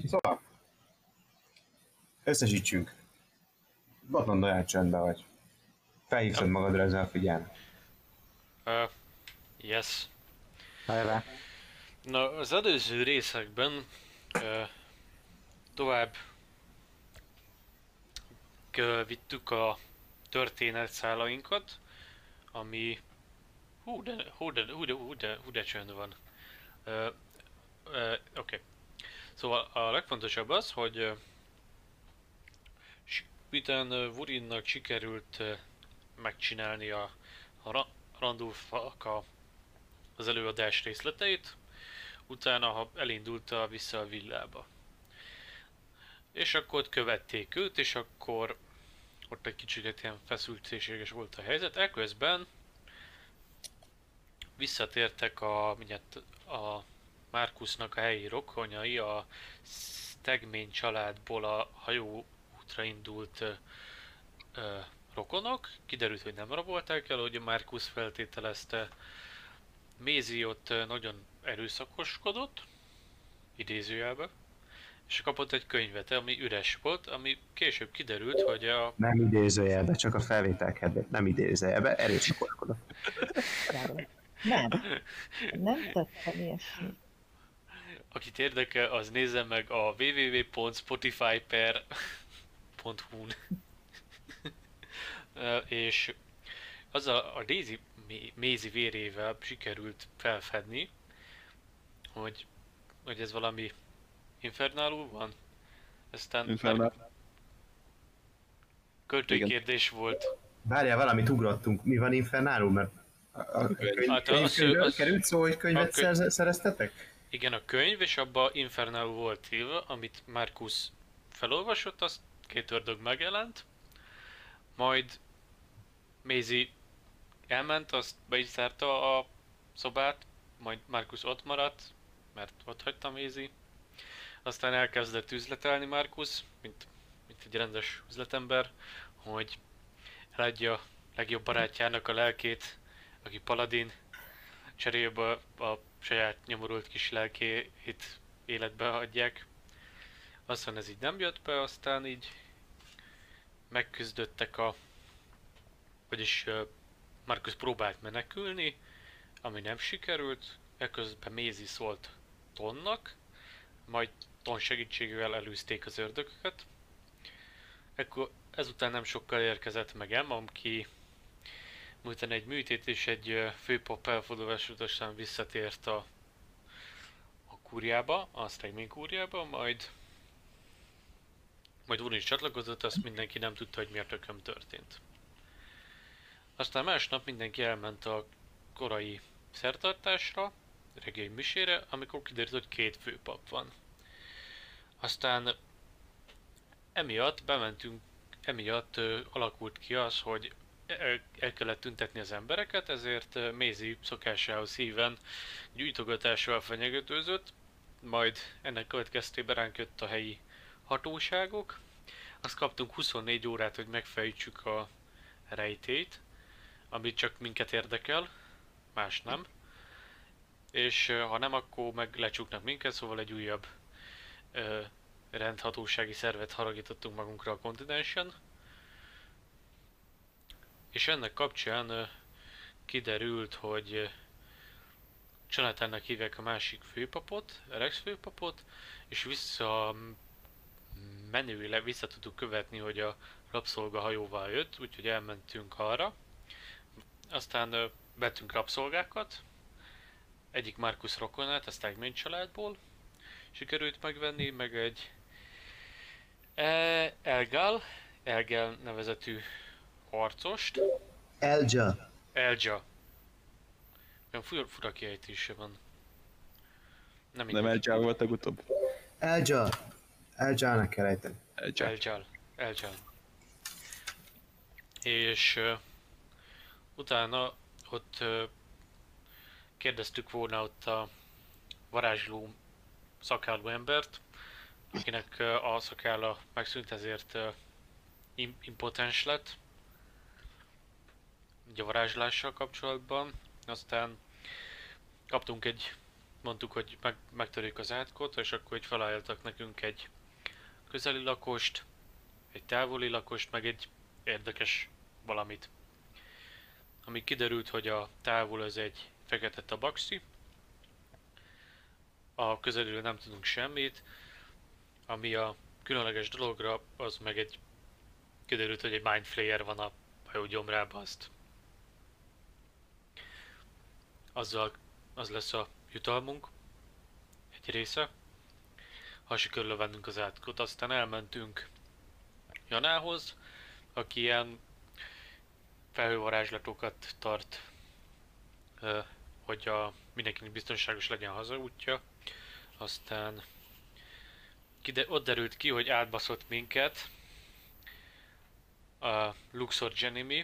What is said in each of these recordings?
Szóval, összesítsünk. Botnon nagyon csöndben vagy. Felhívtad magadra ezzel a figyelmet. Yes. Hajrá. Na, az előző részekben tovább vittük a történetszálainkat, ami... Hú de csönd van. Oké. Szóval a legfontosabb az, hogy miután Vurinnak sikerült megcsinálni a Randulfnak az előadás részleteit, utána elindult vissza a villába. És akkor követték őt, és akkor ott egy kicsit ilyen feszültséges volt a helyzet. Ekközben visszatértek a Markusnak a helyi rokonjai, a Stegmény családból a hajó útra indult rokonok. Kiderült, hogy nem rabolták el, hogy a Markus feltételezte. Maisie ott nagyon erőszakoskodott, idézőjelben, és kapott egy könyvet, ami üres volt, ami később kiderült, hogy a... Nem idézőjelbe, csak a felvétel kedvéért. Nem idézőjelbe, erőszakoskodott. Nem tettem ilyesmit. Akit érdekel, az nézze meg a www.spotify.hu-n. És az a Maisie vérével sikerült felfedni, hogy ez valami infernálul van. Aztán költői kérdés volt. Várjál, valamit ugrottunk. Mi van Infernálul? Mert könyvről került szó, hogy könyvet szereztetek? Igen, a könyv, és abban Infernálul volt írva, amit Markus felolvasott, azt két ördög megjelent. Majd Maisie elment, azt be is zárta a szobát, majd Markus ott maradt, mert ott hagyta Maisie. Aztán elkezdett üzletelni Markus, mint egy rendes üzletember, hogy eladja legjobb barátjának a lelkét, aki paladin, cserébe a saját nyomorult kis lelkét életbe adják. Aztán ez így nem jött be, aztán így megküzdöttek vagyis Markus próbált menekülni, ami nem sikerült, ekközben Maisie szólt Tonnak, majd Ton segítségével elűzték az ördögöket. Ekkor ezután nem sokkal érkezett meg Emma, aki miután egy műtét és egy főpap elfordulás után visszatért a kúriába, a Stegmény kúriába, majd Vurin is csatlakozott, azt mindenki nem tudta, hogy mi a tököm történt. Aztán másnap mindenki elment a korai szertartásra, reggeli misére, amikor kiderült, hogy két főpap van. Aztán emiatt alakult ki az, hogy el kellett tüntetni az embereket, ezért Maisie szokásához híven gyújtogatással fenyegetőzött, majd ennek következtében ránk jött a helyi hatóságok. Azt kaptunk 24 órát, hogy megfejtsük a rejtélyt, amit csak minket érdekel, más nem. És ha nem, akkor meg lecsuknak minket, szóval egy újabb rendhatósági szervet haragítottunk magunkra a kontinensen. És ennek kapcsán kiderült, hogy Jonathannak hívják a másik főpapot, Rex főpapot, és vissza tudtuk követni, hogy a rabszolga hajóval jött, úgyhogy elmentünk arra. Aztán vettünk rabszolgákat, egyik Markus rokonát, a Stegmény családból sikerült megvenni, meg egy Elgal nevezetű harcost. Elja. Olyan fura kiejtése van. Nem Elja volt legutóbb. Eljának kell ejteni. Elja. És utána ott kérdeztük volna ott a varázsló szakálló embert, akinek a szakálla megszűnt, ezért impotens lett a varázslással kapcsolatban. Aztán kaptunk egy mondtuk, hogy megtörjük az átkot, és akkor így felálltak nekünk egy közeli lakost, egy távoli lakost, meg egy érdekes valamit. Ami kiderült, hogy a távol az egy fekete tabaxi, a közelről nem tudunk semmit, ami a különleges dologra, az meg egy kiderült, hogy egy Mind Flayer van a hajó gyomrában, azzal az lesz a jutalmunk, egy része, ha sikerül levennünk az átkot. Aztán elmentünk Janához, aki ilyen felhővarázslatokat tart, hogy mindenkinek biztonságos legyen hazaútja. Aztán ott derült ki, hogy átbaszott minket a Luxor Genimi,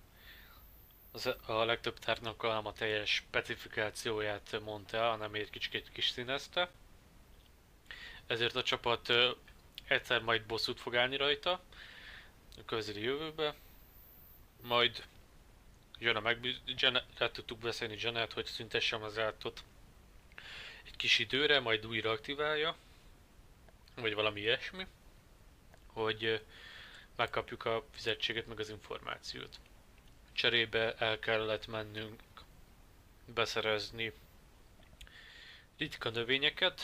a legtöbb tárgynak a teljes specifikációját mondta el, hanem egy kicsit kis színezte. Ezért a csapat egyszer majd bosszút fog állni rajta a közeli jövőbe. Majd jön rá tudtuk beszélni Janet, hogy szüntessem az átot egy kis időre, majd újra aktiválja, vagy valami ilyesmi, hogy megkapjuk a fizetséget meg az információt. Cserébe el kellett mennünk beszerezni ritka növényeket,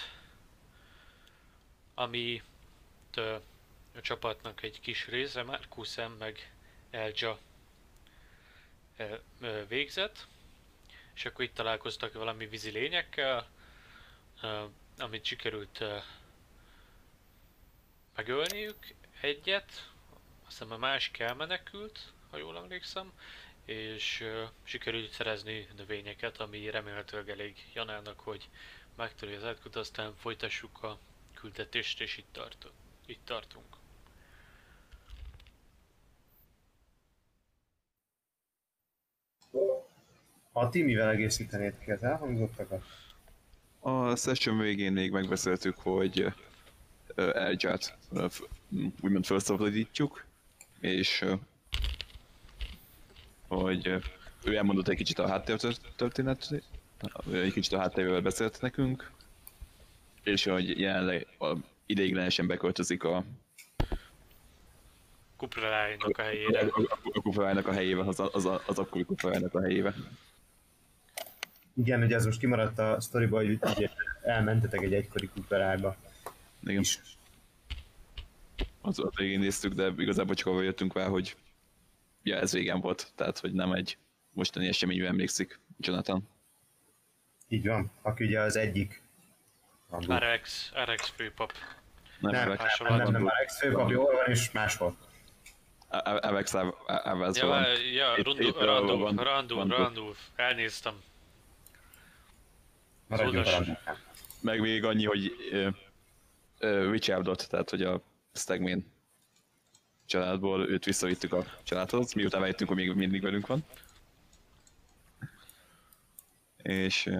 ami a csapatnak egy kis része, Markusen meg Elja végzett, és akkor itt találkoztak valami vízi lényekkel, amit sikerült megölniük egyet, aztán a másik elmenekült, ha jól emlékszem, és sikerült szerezni növényeket, ami remélhetőleg elég Janának, hogy megtörje az átkot, aztán folytassuk a küldetést, és itt tartunk. A ti mivel egészítenéd ki az elhangzottakat? A session végén még megbeszéltük, hogy Elgyát úgymond felszabadítjuk, és hogy ő elmondott egy kicsit a háttértörténetét, egy kicsit a háttérével beszélt nekünk, és hogy jelenleg ideiglenesen beköltözik a Kupralájnak a helyére. A Kupralájnak a helyébe, az akkori Kupralájnak a helyébe. Igen, ugye ez most kimaradt a sztoriba, hogy ugye elmentetek egy egykori Kupralájba. Igen. Az végén néztük, de igazából csak arra jöttünk rá, hogy ja, ez régen volt, tehát hogy nem egy mostani eseményre emlékszik Jonathan. Így van, aki ugye az egyik. RX főpap. Nem RX főpap, jól van, és máshol. RX van. Ja, Randu, elnéztem. Meg még annyi, hogy Richardot, tehát hogy a Stagman családból őt visszavittük a családhoz, miután rájöttünk, hogy még mindig velünk van. És...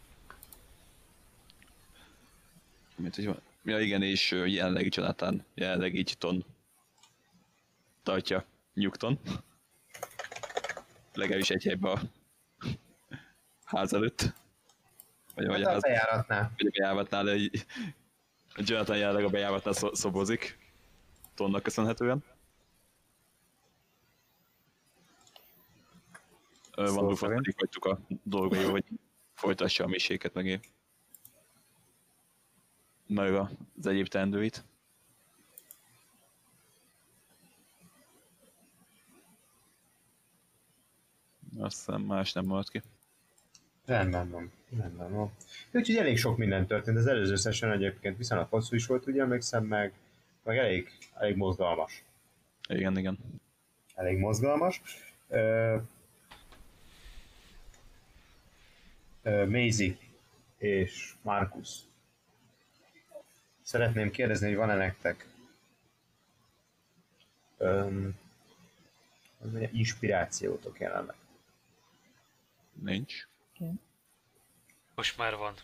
Ja igen, és jelenlegi családán, jelenleg így tartja Nyugton. Legalábbis egy helyben a ház előtt. Vagy a ház... bejáratnál. Vagy a bejáratnál, de Jonathan jelenleg a bejáratnál szobozik. Tonnak köszönhetően. Van Dufat pedig hagytuk a dolgai, hogy folytassa a miséket meg az egyéb teendőit. Azt hiszem más nem maradt ki. Rendben van. Úgyhogy elég sok minden történt, az előző session egyébként viszonylag hosszú is volt, ugye emlékszem, meg elég mozgalmas. Igen. Elég mozgalmas. Maisie és Marcus. Szeretném kérdezni, hogy van-e nektek inspirációtok jelenleg? Nincs. Most már van.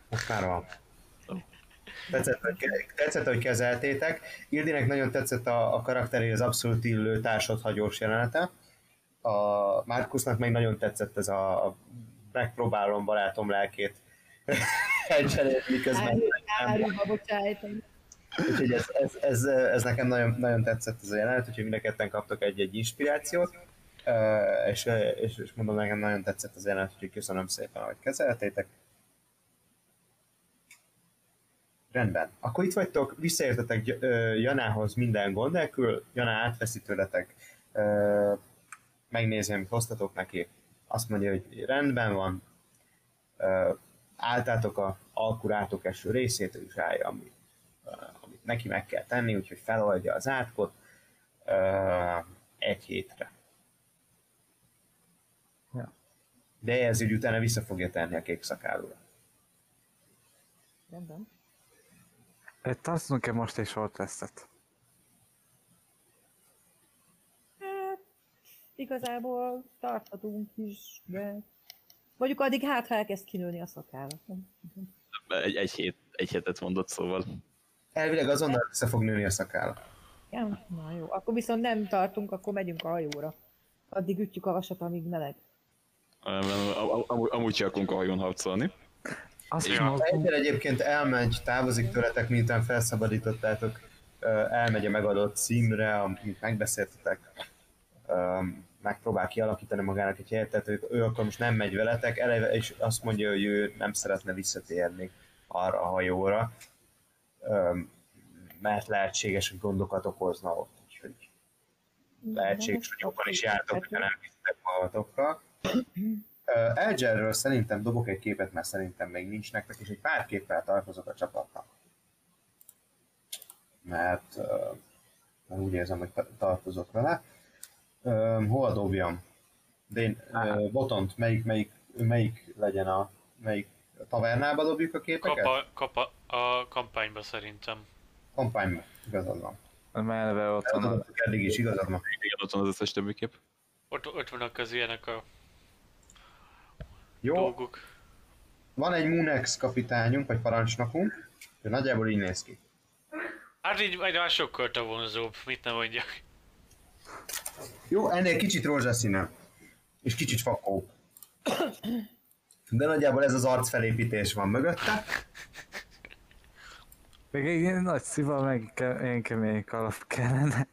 Tetszett, hogy kezeltétek. Ildinek nagyon tetszett a karakteréhez abszolút illő társadhagyós jelenete. A Marcusnak meg nagyon tetszett ez a megpróbálom barátom lelkét elcserélt, miközben Áruba bocsájtani. úgyhogy ez nekem nagyon, nagyon tetszett ez a jelenet, úgyhogy mind a ketten kaptok egy inspirációt, és mondom, nekem nagyon tetszett az jelenet, úgyhogy köszönöm szépen, hogy kezeltétek. Rendben. Akkor itt vagytok, visszaértetek Janához minden gond nélkül, Janá átveszi tőletek, megnézi, amit hoztatok neki, azt mondja, hogy rendben van, álltátok a alkurátok eső részét, ő is állja, amit neki meg kell tenni, úgyhogy feloldja az átkot egy hétre. Ja. De ez így utána vissza fogja tenni a kék szakálóra. Rendben. Tartunk-e most egy short restet? Hát, igazából tarthatunk is, de... Mondjuk addig hát, ha elkezd kinőni a szakállat. Egy hétet mondott, szóval. Elvileg azonnal vissza fog nőni a szakálla. Ja, na jó. Akkor viszont nem tartunk, akkor megyünk a hajóra. Addig ütjük a vasat, amíg meleg. Amúgy csak akarunk a hajón harcolni. Azt Ja. mondom, Egyszer egyébként elmegy, távozik tőletek, miután felszabadítottátok, elmegy a megadott címre, amit megbeszéltetek, megpróbál kialakítani magának egy helyet, tehát ő akkor most nem megy veletek, eleve, és azt mondja, hogy ő nem szeretne visszatérni arra a hajóra, mert lehetséges, hogy gondokat okozna ott, úgyhogy lehetséges, hogy jobban is jártok, hogyha nem visztek magatokkal. Elgerről szerintem dobok egy képet, mert szerintem még nincs nektek, és egy pár képpel tartozok a csapatnak. Mert úgy érzem, hogy tartozok vele. Hol dobjam? Botont, melyik legyen melyik tavernába dobjuk a képeket? Kap a kampányba szerintem. Kampányba, igazad van. melve ott van. Eldobtuk eddig is, igazad van. Igen, ott van az összes többi kép. Ott vannak az ilyenek a Jó, dolgok. van egy Moonex kapitányunk, vagy parancsnokunk, de nagyjából így néz ki. Hát így majd már sokkal vonzóbb, mit nem mondjak. Jó, ennél kicsit rózsaszínű, és kicsit fakó. De nagyjából ez az arcfelépítés van mögötte. Még egy ilyen nagy szíva, meg ilyen kemény kalap kellene.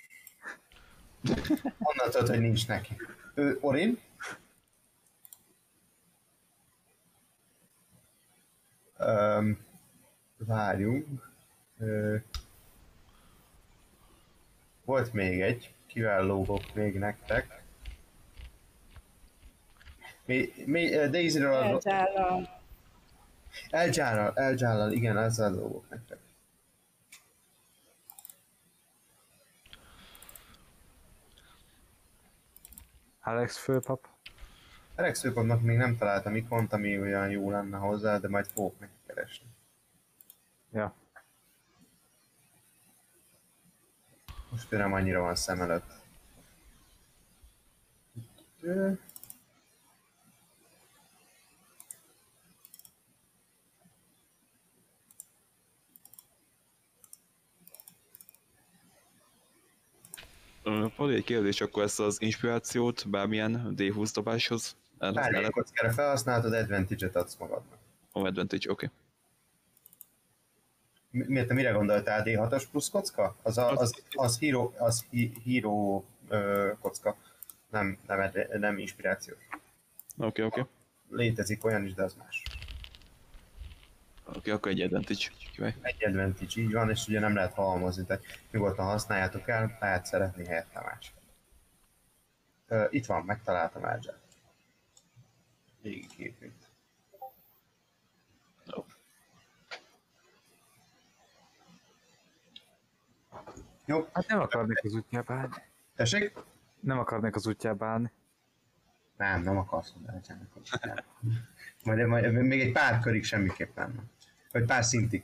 Onnan tudod, hogy nincs neki. Orin? Várjunk. Volt még egy, kivel lógok még nektek. Daisy-ről... Elgyállal, igen, ezzel lógok nektek. Alex főpap. Alex főpapnak még nem találtam ikont, ami olyan jó lenne hozzá, de majd fogok neki keresni. Ja. Most ő nem annyira van szem előtt. Pali, egy kérdés, akkor ezt az inspirációt bármilyen D20 dobáshoz Bármilyen elhasználod? kockára felhasználhatod, advantage-et adsz magadnak. Advantage, oké. Miért te mire gondoltál? D6-os plusz kocka? Az hero kocka, nem inspiráció. Oké. Létezik olyan is, de az más. Oké, akkor egy advantage. Király. Egy advantage, így van, és ugye nem lehet halmozni, tehát nyugodtan használjátok el, lehet szeretni helyette más. Itt van, megtaláltam Elzsát. Régi képét. Jó. Jó, Hát nem akarnék az útjába állni. tessék? Nem akarnék az útjába állni. Nem akarsz mondani, Elzsának. Majd még egy pár körig semmiképpen nem. Vagy pár szintig.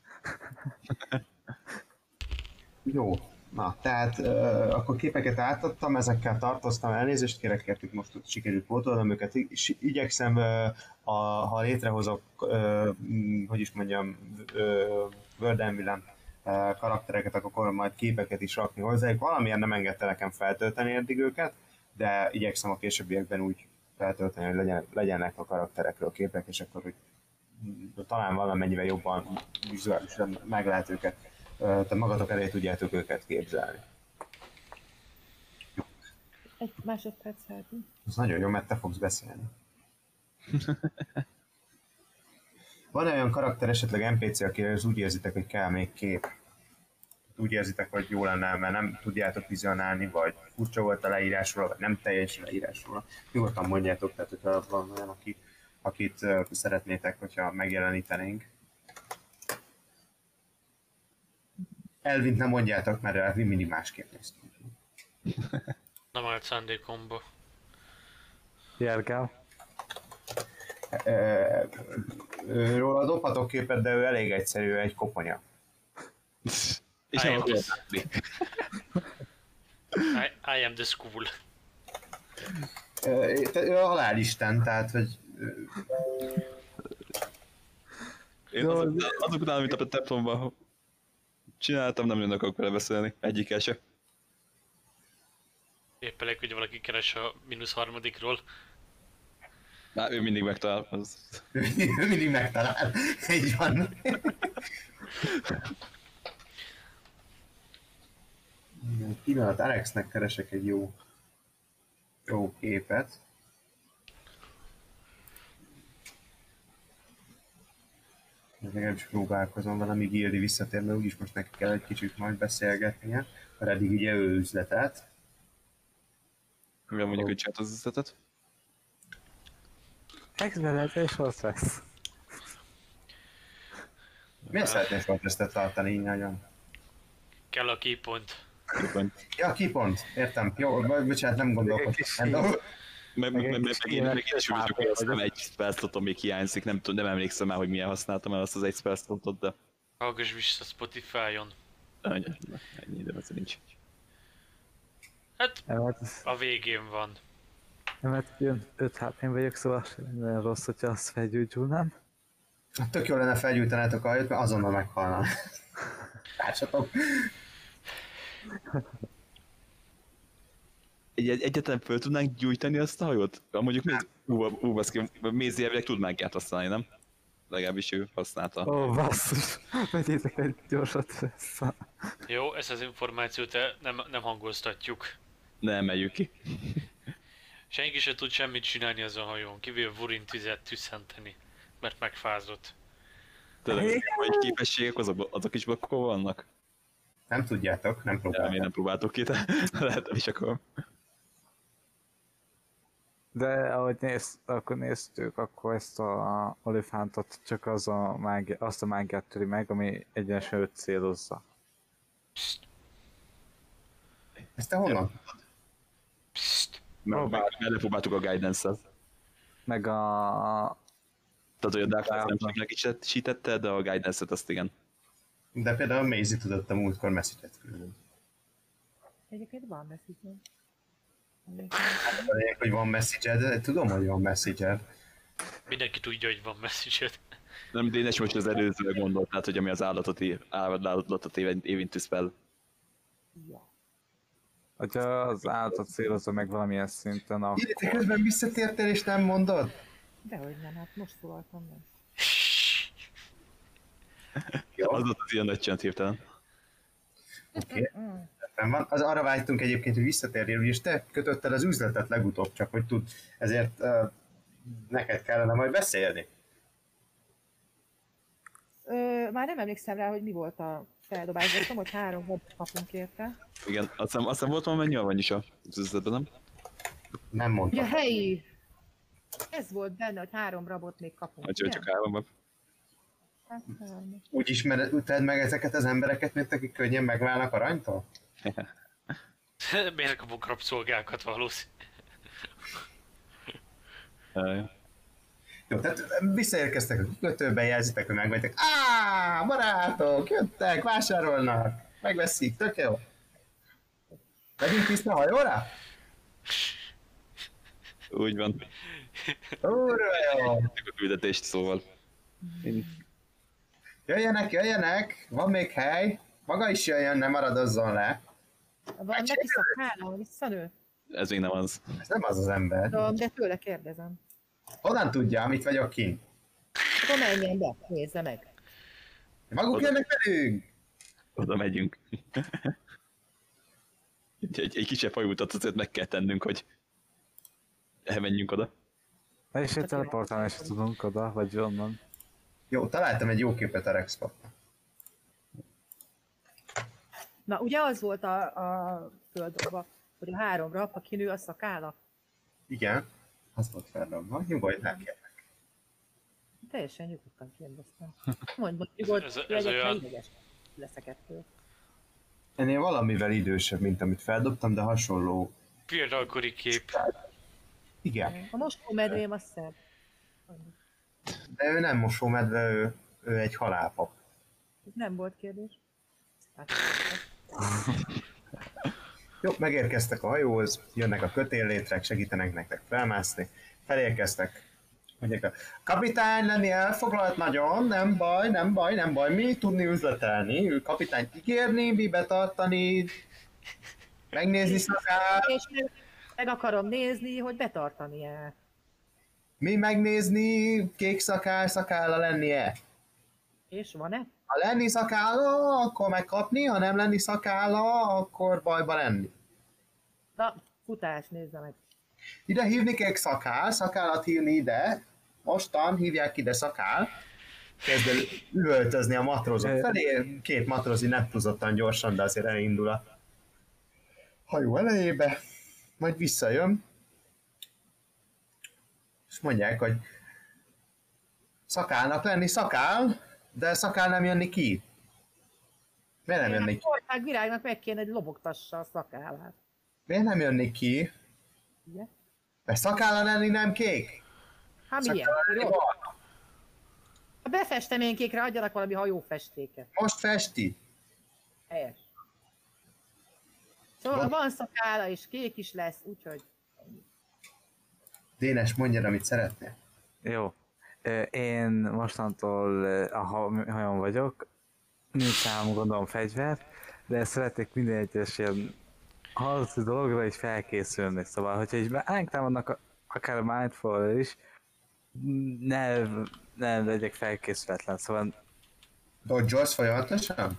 Jó, na, tehát akkor képeket átadtam, ezekkel tartoztam, elnézést kérek, most sikerült pótolnom őket, igyekszem, ha létrehozok, hogy is mondjam, Word Environment karaktereket, akkor majd képeket is rakni hozzájuk. Valamiért nem engedte nekem feltölteni eddig őket, de igyekszem a későbbiekben úgy feltölteni, hogy legyenek a karakterekről képek, és akkor úgy talán valamennyivel jobban vizuálisan meg lehet őket, te magatok elé tudjátok őket képzelni. Egy másodperc feltűnt. Ez nagyon jó, mert te fogsz beszélni. Van olyan karakter, esetleg NPC, akire úgy érzitek, hogy kell még kép? Úgy érzitek, hogy jó lenne, mert nem tudjátok vizionálni, vagy furcsa volt a leírásról, vagy nem teljes leírásról. Nyugodtan mondjátok, tehát hogyha van olyan, akit szeretnétek, hogyha megjelenítenénk. Elvint nem mondjátok, mert Elvin mindig másképp néz ki. Nem állt szándékomba. Jergál. Róla dobhatok képet, de ő elég egyszerű, egy koponya. És I nem am akarok the- látni. I am the school. Ő a halálisten, tehát, hogy Én azok után, amit a templomban csináltam, nem jönnek akarok vele beszélni. Egyikkel se. Épp elég, hogy valaki keres a -3-ról. Már ő mindig megtalál. Az... ő mindig megtalál. Így van. Pillanat, Alexnek keresek egy jó képet. Legalábbis próbálkozom vele, amíg Ildi visszatér, mert úgyis most neki kell egy kicsit majd beszélgetnie, mert eddig ugye ő üzletet. Mivel mondjuk, hogy csinált az üzletet? Exveled és ott lesz. Miért szeretnél sortesztet tartani így nagyon? Kell a keypont. Ja, kipont, értem. Jó, bocsánat, nem gondolkodtam. Meg én is vagyok, hogy aztán egy spellslotom még hiányzik, nem emlékszem már, hogy milyen használtam el azt az egy spellslotot, de Hallgass vissza Spotify-on. ennyi időben nincs. Hát Emet, a végén van. jön 5 HP-n vagyok, szóval nagyon rossz, hogyha azt felgyújtulnám. Tök jó lenne felgyújtanátok a hajót, mert azonnal meghalna. Társatok. Egyetlen föl tudnánk gyújtani azt a hajót? Mondjuk baszki, Mézi elvileg tud mágiát használni, nem? Legalábbis ő használta. Ó, basszus, vegyétek egy gyorsat vissza. Jó, ezt az információt nem hangoztatjuk. Ne emeljük ki. Senki se tud semmit csinálni azon a hajón, kivéve Vurin tüzet tüsszenteni, mert megfázott. Tényleg, hogy képességek azok is akkor vannak? Nem tudjátok, nem Én próbáljátok. nem próbáltok ki, de lehet, hogy is akarom. De ahogy akkor néztük, akkor ezt a olifántot csak azt a mágiát töri meg, ami egyenesen őt célozza. Ezt te honnan? Psst! Mert lepróbáltuk a guidance-et. Meg a... Tehát, hogy a Dark Knight nem csak megisítette, de a guidance-et azt igen. De például Maisie tudott a múltkor message-et küldeni. Egyébként van message. A lényeg, hogy van message tudom, hogy van message Mindenki tudja, hogy van message. Nem, de én is most az előzőre gondolt, tehát, hogy ami az állatot évinti spell. Ja. Hogyha az állatot célozza meg valamilyen szinten, Illetve akkor... közben visszatértél és nem mondod? Dehogy nem, hát most szólaltam meg. Jó, Az ott az ilyen nagy csend hirtelen. oké. Van. Az arra vágytunk egyébként, hogy visszatérjél, ugyis te kötötted az üzletet legutóbb, csak hogy tud, ezért neked kellene majd beszélni. Már nem emlékszem rá, hogy mi volt a feldobás, de tudom, hogy 3 gombot kapunk érte. Igen, azt hiszem volt valami annyi is az üzletben, nem? Nem mondtam. Ja, helyi! Ez volt benne, hogy 3 rabot még kapunk, Vagy ugye? csak 3 van. Hát, 3. Úgy ismered meg ezeket az embereket, mint akik könnyen megválnak aranytól? Miért kapunk rabszolgákat valószínűleg? Jó, tehát visszaérkeztek a kikötőbe, jelzitek, hogy megvettek. Barátok, jöttek, vásárolnak, megveszik, tök jó. Megyünk vissza a hajóra? Úgy van. Úrva jó! A küldetést, szóval. Jöjjenek, van még hely. Maga is jöjjön, ne maradozzon le. Van neki szakállal, visszanő? Ez még nem az. Ez nem az az ember. De tőle kérdezem. Honnan tudja, amit vagyok kint? Akkor menjen be, nézze meg. Maguk jönnek velünk! Oda megyünk. Egy kisebb hajóutat azért meg kell tennünk, hogy elmenjünk oda. És egy teleportálni is tudunk oda, vagy onnan. Jó, találtam egy jó képet a Rexpotnak. Na, ugye az volt a földobba, hogy a 3 rap, ha kinő a szakála. Igen, az volt felrabva. Nyugodj, nem kérlek. Teljesen nyugodtan kérdeztem. Mondd, hogy nyugodt, Ez legyek, olyan- mert ideges leszek ettől. Ennél valamivel idősebb, mint amit feldobtam, de hasonló. Fiatalkori kép. Igen, A mostómedvém az szebb. de ő nem mosómedve, ő egy halálpap. Ez nem volt kérdés. Hát, Jó, megérkeztek a hajóhoz, jönnek a kötéllétrek, segítenek nektek felmászni. Felérkeztek. Mondják, a kapitány lenni elfoglalt nagyon, nem baj, nem baj, nem baj, mi tudni üzletelni, ő kapitányt ígérni, mi betartani, megnézni szakál, és meg akarom nézni, hogy betartani-e. mi megnézni, kék szakál, szakálla lennie. És van-e? Ha lenni szakálla, akkor megkapni, ha nem lenni szakálla, akkor bajba lenni. Na, futás, nézze meg. Ide hívni kék szakál, szakállat hívni ide, mostan hívják ide szakál, kezd el üvöltözni a matrózok felé, 2 matrózi neptuzottan gyorsan, de azért elindul a hajó elejébe, majd visszajön, és mondják, hogy szakálnak lenni szakál, de szakál nem jönni ki. Miért nem jönni ki? A ország virágnak meg kéne, hogy lobogtassa a szakállát. Miért nem jönni ki? Ugye? Mert szakálla lenni nem kék? Hát milyen? Szakálla lenni barna. Ha befesteménkékre adjanak valami hajófestéket. Most festi. Helyes. Szóval van szakála és kék is lesz, úgyhogy... Dénes, mondjad, amit szeretnél. Jó. Én mostantól a hajón vagyok, nincs nálam gondolom fegyver, de szeretnék minden egyes ilyen harci dologra is felkészülni. Szóval, hogyha így támadnak akár a Mindfall is, ne legyek felkészületlen. Szóval Dodge-olsz folyamatosan?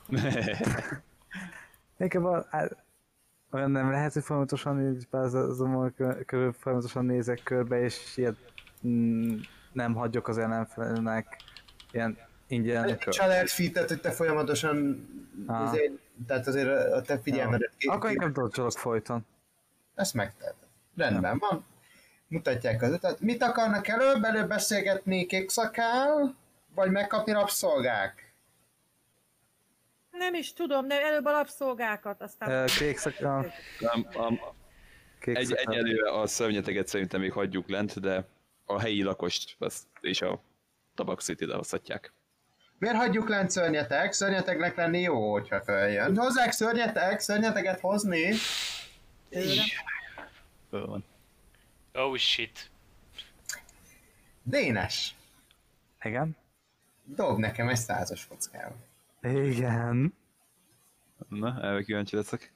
inkább olyan nem lehet, hogy folyamatosan így párhuzamon körül folyamatosan nézek körbe, és ilyet nem hagyok az ellenfelnek ilyen ingyen. Csak lehet fitet, hogy te folyamatosan, tehát azért a te figyelmedet Akkor inkább dodge-olok folyton. Ezt megteheted. Rendben van. Mutatják az utat. Mit akarnak előbb beszélgetni kék szakál, vagy megkapni rabszolgák? Nem is tudom, nem, előbb a lapszolgákat, aztán... Kék szakál. Egyelőre a szörnyeteget szerintem még hagyjuk lent, de a helyi lakost és a Tabaxit ide hozhatják. Miért hagyjuk lent szörnyetek? Szörnyetegnek lenni jó, hogyha feljön. Hozzák szörnyeteget hozni. Föl van. Oh shit. Dénes, Igen? dob nekem egy 100-as kockával. Igen. Na, erre kíváncsi leszek.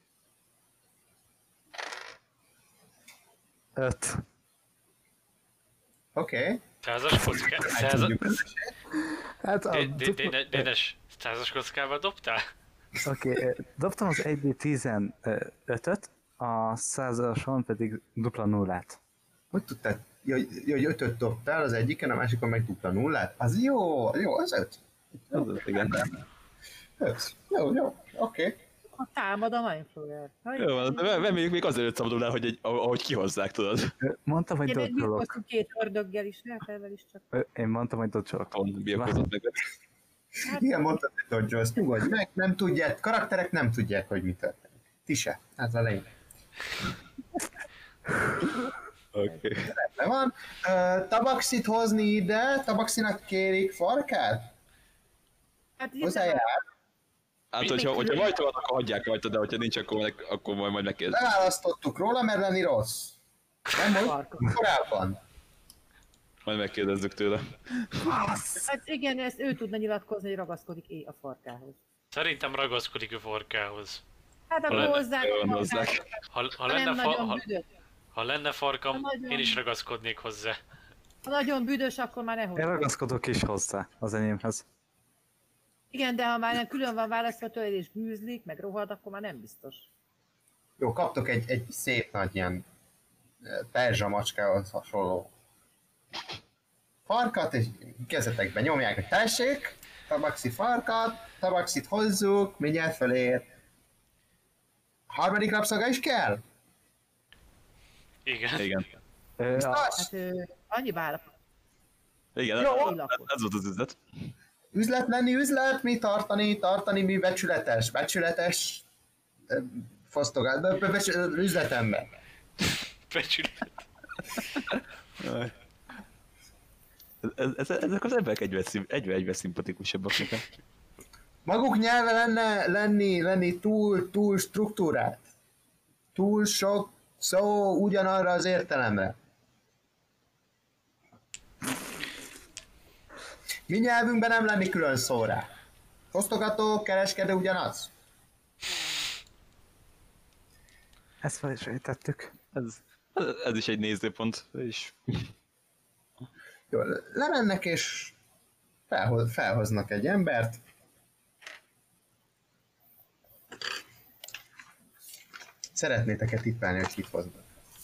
5. Oké. Százas kocká... Tudjuk. Hát Dénes, százas kockával dobtál? Oké, dobtam az 1d15-öt, a 100-ason pedig dupla nullát. Hogy tudtad? Hogy 5-öt dobtál az egyiken, a másikon meg dupla nullát? Az jó, az 5. Igen. 5. Jó, oké. Ha támad a Mindflower. Jó van, de még azért szabadulnál, hogy ahogy kihozzák, tudod. Mondtam, hogy Én egy dodge-olok. birkoztunk 2 ördöggel is, lehet ezzel is csak. Én mondtam, hogy dodge-olok. Pont birkozott meg. Igen, mondtad, hogy Dodge-olsz. Nyugodj meg, nem tudják, karakterek nem tudják, hogy mi történik. Ti se, ez a lényeg. Oké. Rendben van. Tabaxit hozni ide, Tabaxinak kérik farkát? Hát Hozzájár. Hát, hogyha rajta van, akkor hagyják rajta, de hogyha nincs, akkor majd megkérdezik. Leválasztottuk róla, mert lenni rossz. Nem most, korábban. Majd megkérdezzük tőle. Hát igen, ezt ő tudna nyilatkozni, hogy ragaszkodik a farkához. Szerintem ragaszkodik a forkához. Hát akkor lenne- hozzák a hozzák. farkát, Ha nem lenne, nagyon büdös. ha lenne farkam, Nagyon. én is ragaszkodnék hozzá. Ha nagyon büdös, akkor már ne Én hozd. ragaszkodok is hozzá az enyémhez. Igen, de ha már nem külön van választva tőled és bűzlik, meg rohad, akkor már nem biztos. Jó, kaptok egy szép nagy ilyen perzsa macskához hasonló farkat, és kezetekbe nyomják, hogy tessék, tabaxi farkat, tabaxit hozzuk, mindjárt felér. Harmadik rabszaga is kell? Igen. Igen. Hát annyi állapot. Igen, Jó. ez volt az üzlet. Üzlet lenni üzlet, mi tartani mi becsületes fosztogat, üzletemben. Becsület. Ezek az emberek egyre szimpatikusabbak nekem. Maguk nyelve lenni túl struktúrát. Túl sok szó ugyanarra az értelemre. Mi nyelvünkben nem lenni külön szóra. Fosztogató, kereskedő ugyanaz. Ezt fel is ejtettük. Ez is egy nézőpont, és Jó, lemennek és felhoznak egy embert. Szeretnétek-e tippelni, hogy kit hoznak?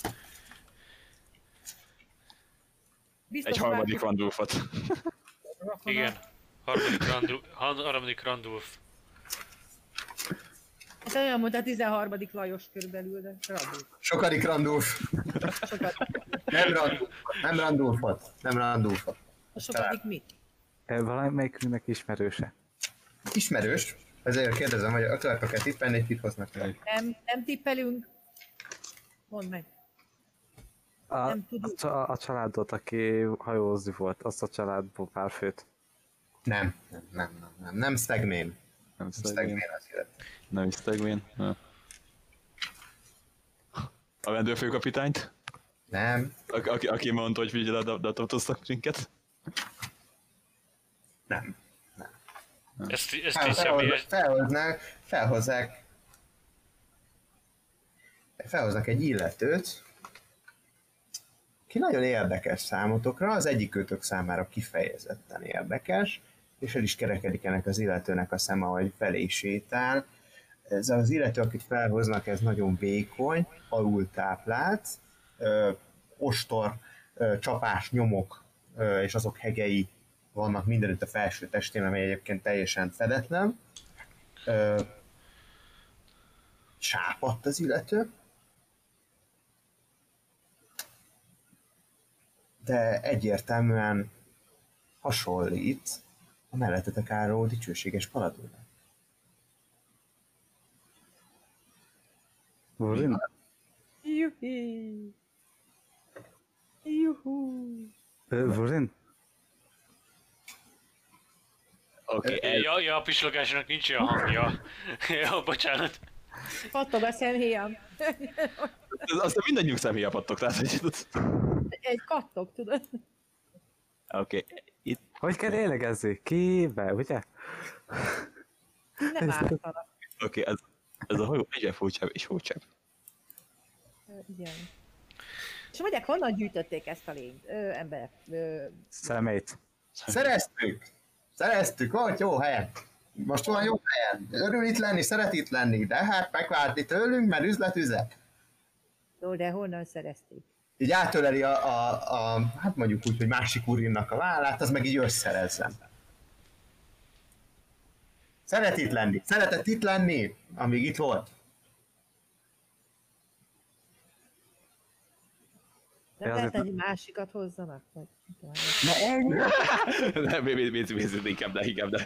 Biztos egy harmadik Randolfot. Igen. Harmadik Randulf. Hát olyan mondta 13. Lajos körülbelül, de Randulf. Sokadik Randulf. Sokat. Nem Randulfot. A sokadik mi? Valamelyikünknek ismerőse. Ismerős, ezért kérdezem, hogy akartok-e tippelni, hogy kit hoznak meg. Nem tippelünk. Mondd meg. Nem tudjuk. A családot, aki hajózni volt, azt a családból pár főt. Nem Stegmén. Nem Stegmén az illetve. Nem is Stegmén. A rendőrfőkapitányt? Nem. Aki mondta, hogy figyelj, de tartoztak minket? Nem. Ezt így személyes... Felhoznak egy illetőt, ki nagyon érdekes számotokra, az egyikőtök számára kifejezetten érdekes, és el is kerekedik ennek az illetőnek a szeme, ahogy felé sétál. Ez az illető, akit felhoznak, ez nagyon vékony, alultáplált, ostor, csapás, nyomok és azok hegei vannak mindenütt a felső testén, ami egyébként teljesen fedetlen. Sápadt az illető, de egyértelműen hasonlít a mellettetek álló dicsőséges paladinnak. Vurin? Juhi. Juhu. Vurin? Oké, Ja, a pislogásnak nincs olyan hangja. Ja, bocsánat. Pattog a szemhéjam. aztán mindannyiunk személye pattog, tehát hogy Egy kattog, tudod? Oké, itt Hogy kell lélegezni? Kibe, ugye? Nem ártanak. oké, ez a hajó egyre furcsább és furcsább. Igen. És mondják, honnan gyűjtötték ezt a lényt? Ember. Szemét. Szereztük, volt jó helyen. Most van jó helyen. Örül itt lenni, szeret itt lenni, de hát megvárni tőlünk, mert üzlet. Jó, de honnan szerezték? Így átöleli hát mondjuk úgy, hogy másik urinnak a vállát, az meg így összerezzen. Szeretett itt lenni, amíg itt volt. Nem lehet egy másikat hozzanak? Vagy... Nem, inkább de.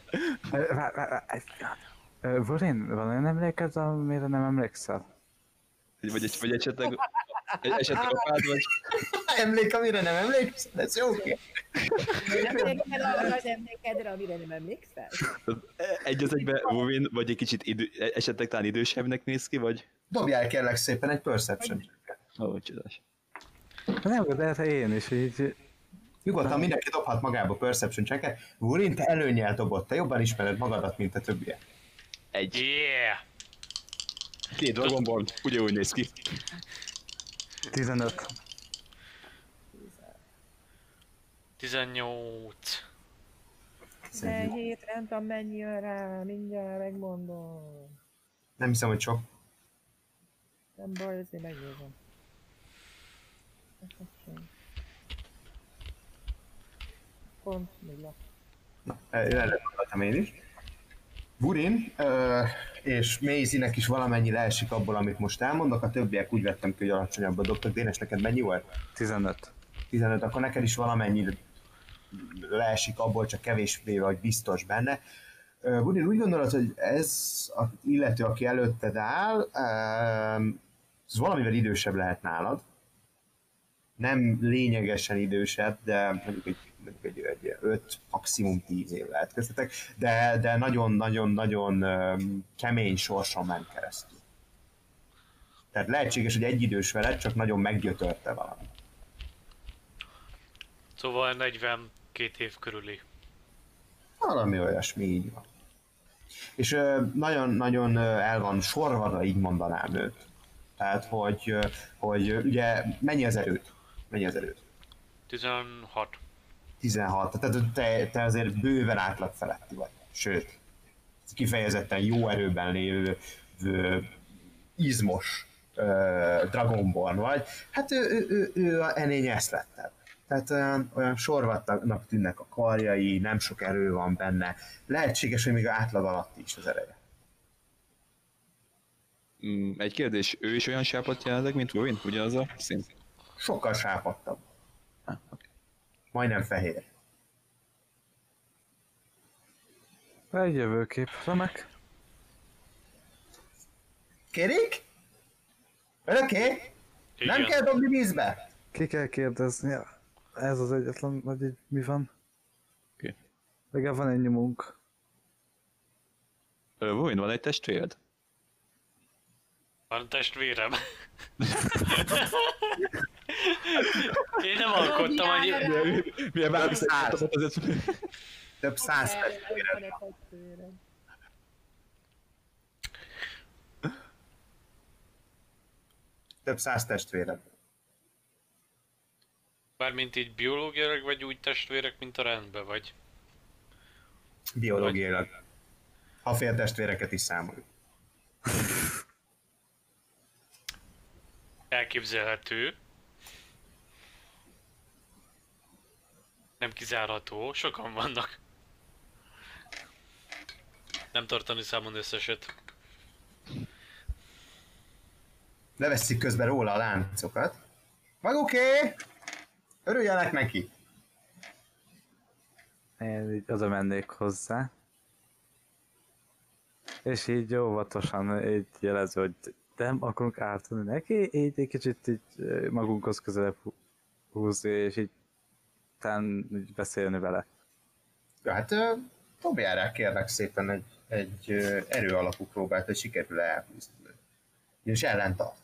Vurin, valami emlékezz, amire nem emlékszel? Vagy esetleg a pád vagy... Emlék, amire nem emlékszel? Ez jó oké. Emlékszel arra az emlékedre, amire nem emlékszel? Egy az egyben Wovin, vagy egy kicsit esetleg talán idősebbnek néz ki, vagy... Dobjál kérlek szépen egy perception checket. Ó, csodás. Nem, de én is így... Nyugodtan mindenki dobhat magába perception checket. Wurin, te előnnyel dobott, te jobban ismered magadat, mint a többiek. Egy. Yeah! 2 Dragonborn, ugyanúgy néz ki. 15. 18. 17, nem tudom mennyi jön rá, mindjárt megmondom. Nem hiszem, hogy sok. Nem baj, ezért megnézem. Pont nulla. Na, erre gondoltam én is. Burin és Maisie-nek is valamennyi leesik abból, amit most elmondok, a többiek úgy vettem ki, hogy alacsonyabban dobtak. Dénes, neked mennyi volt? 15. 15, akkor neked is valamennyi leesik abból, csak kevésbé vagy biztos benne. Burin, úgy gondolod, hogy ez az illető, aki előtted áll, ez valamivel idősebb lehet nálad. Nem lényegesen idősebb, de mondjuk egy 5, maximum 10 év lehet köztetek, de nagyon-nagyon-nagyon kemény sorson ment keresztül. Tehát lehetséges, hogy egyidős veled, csak nagyon meggyötörte valami. Szóval 42 év körüli. Valami olyasmi, így van. És nagyon-nagyon el van sorvadva, így mondanám őt. Tehát, hogy ugye mennyi az erőt? Mennyi az erőt? 16. 16, tehát te azért bőven átlag feletti vagy. Sőt, kifejezetten jó erőben lévő izmos Dragonborn vagy. Hát ő ennél nyeszlettebb. Tehát olyan sorvadtnak tűnnek a karjai, nem sok erő van benne. Lehetséges, hogy még átlag alatt is az ereje. Egy kérdés, ő is olyan sápadt jelenleg, mint Ruin? Ugyanaz a szint? Sokkal sápadtabb. Okay. Majdnem fehér. Egy jövőkép, remek. Kérik? Örökké? Nem Igen. kell dobni vízbe? Ki kell kérdezni, ez az egyetlen, vagy így mi van? Oké. Legalább van egy nyomunk. Ruin, van egy testvéred? Van testvérem. Én nem alkottam, hogy... Milyen választások azért? Több száz Van testvéred. egy testvérem. Több száz testvéred. Bármint így biológiailag vagy úgy testvérek, mint a rendben vagy. Biológiailag. Ha féltestvéreket is számoljuk. Elképzelhető. Nem kizárható, sokan vannak. Nem tartani számon összeset. Leveszik közben róla a láncokat. Maguké! Örüljenek neki! Én így oda mennék hozzá. És így óvatosan így jelezve, hogy nem akarunk ártani neki, így egy kicsit így magunkhoz közelebb húzni, és így talán így beszélni vele. Ja, hát dobjál rá kérlek szépen egy erő alapú próbát, hogy sikerül elhúzni. És ellentart.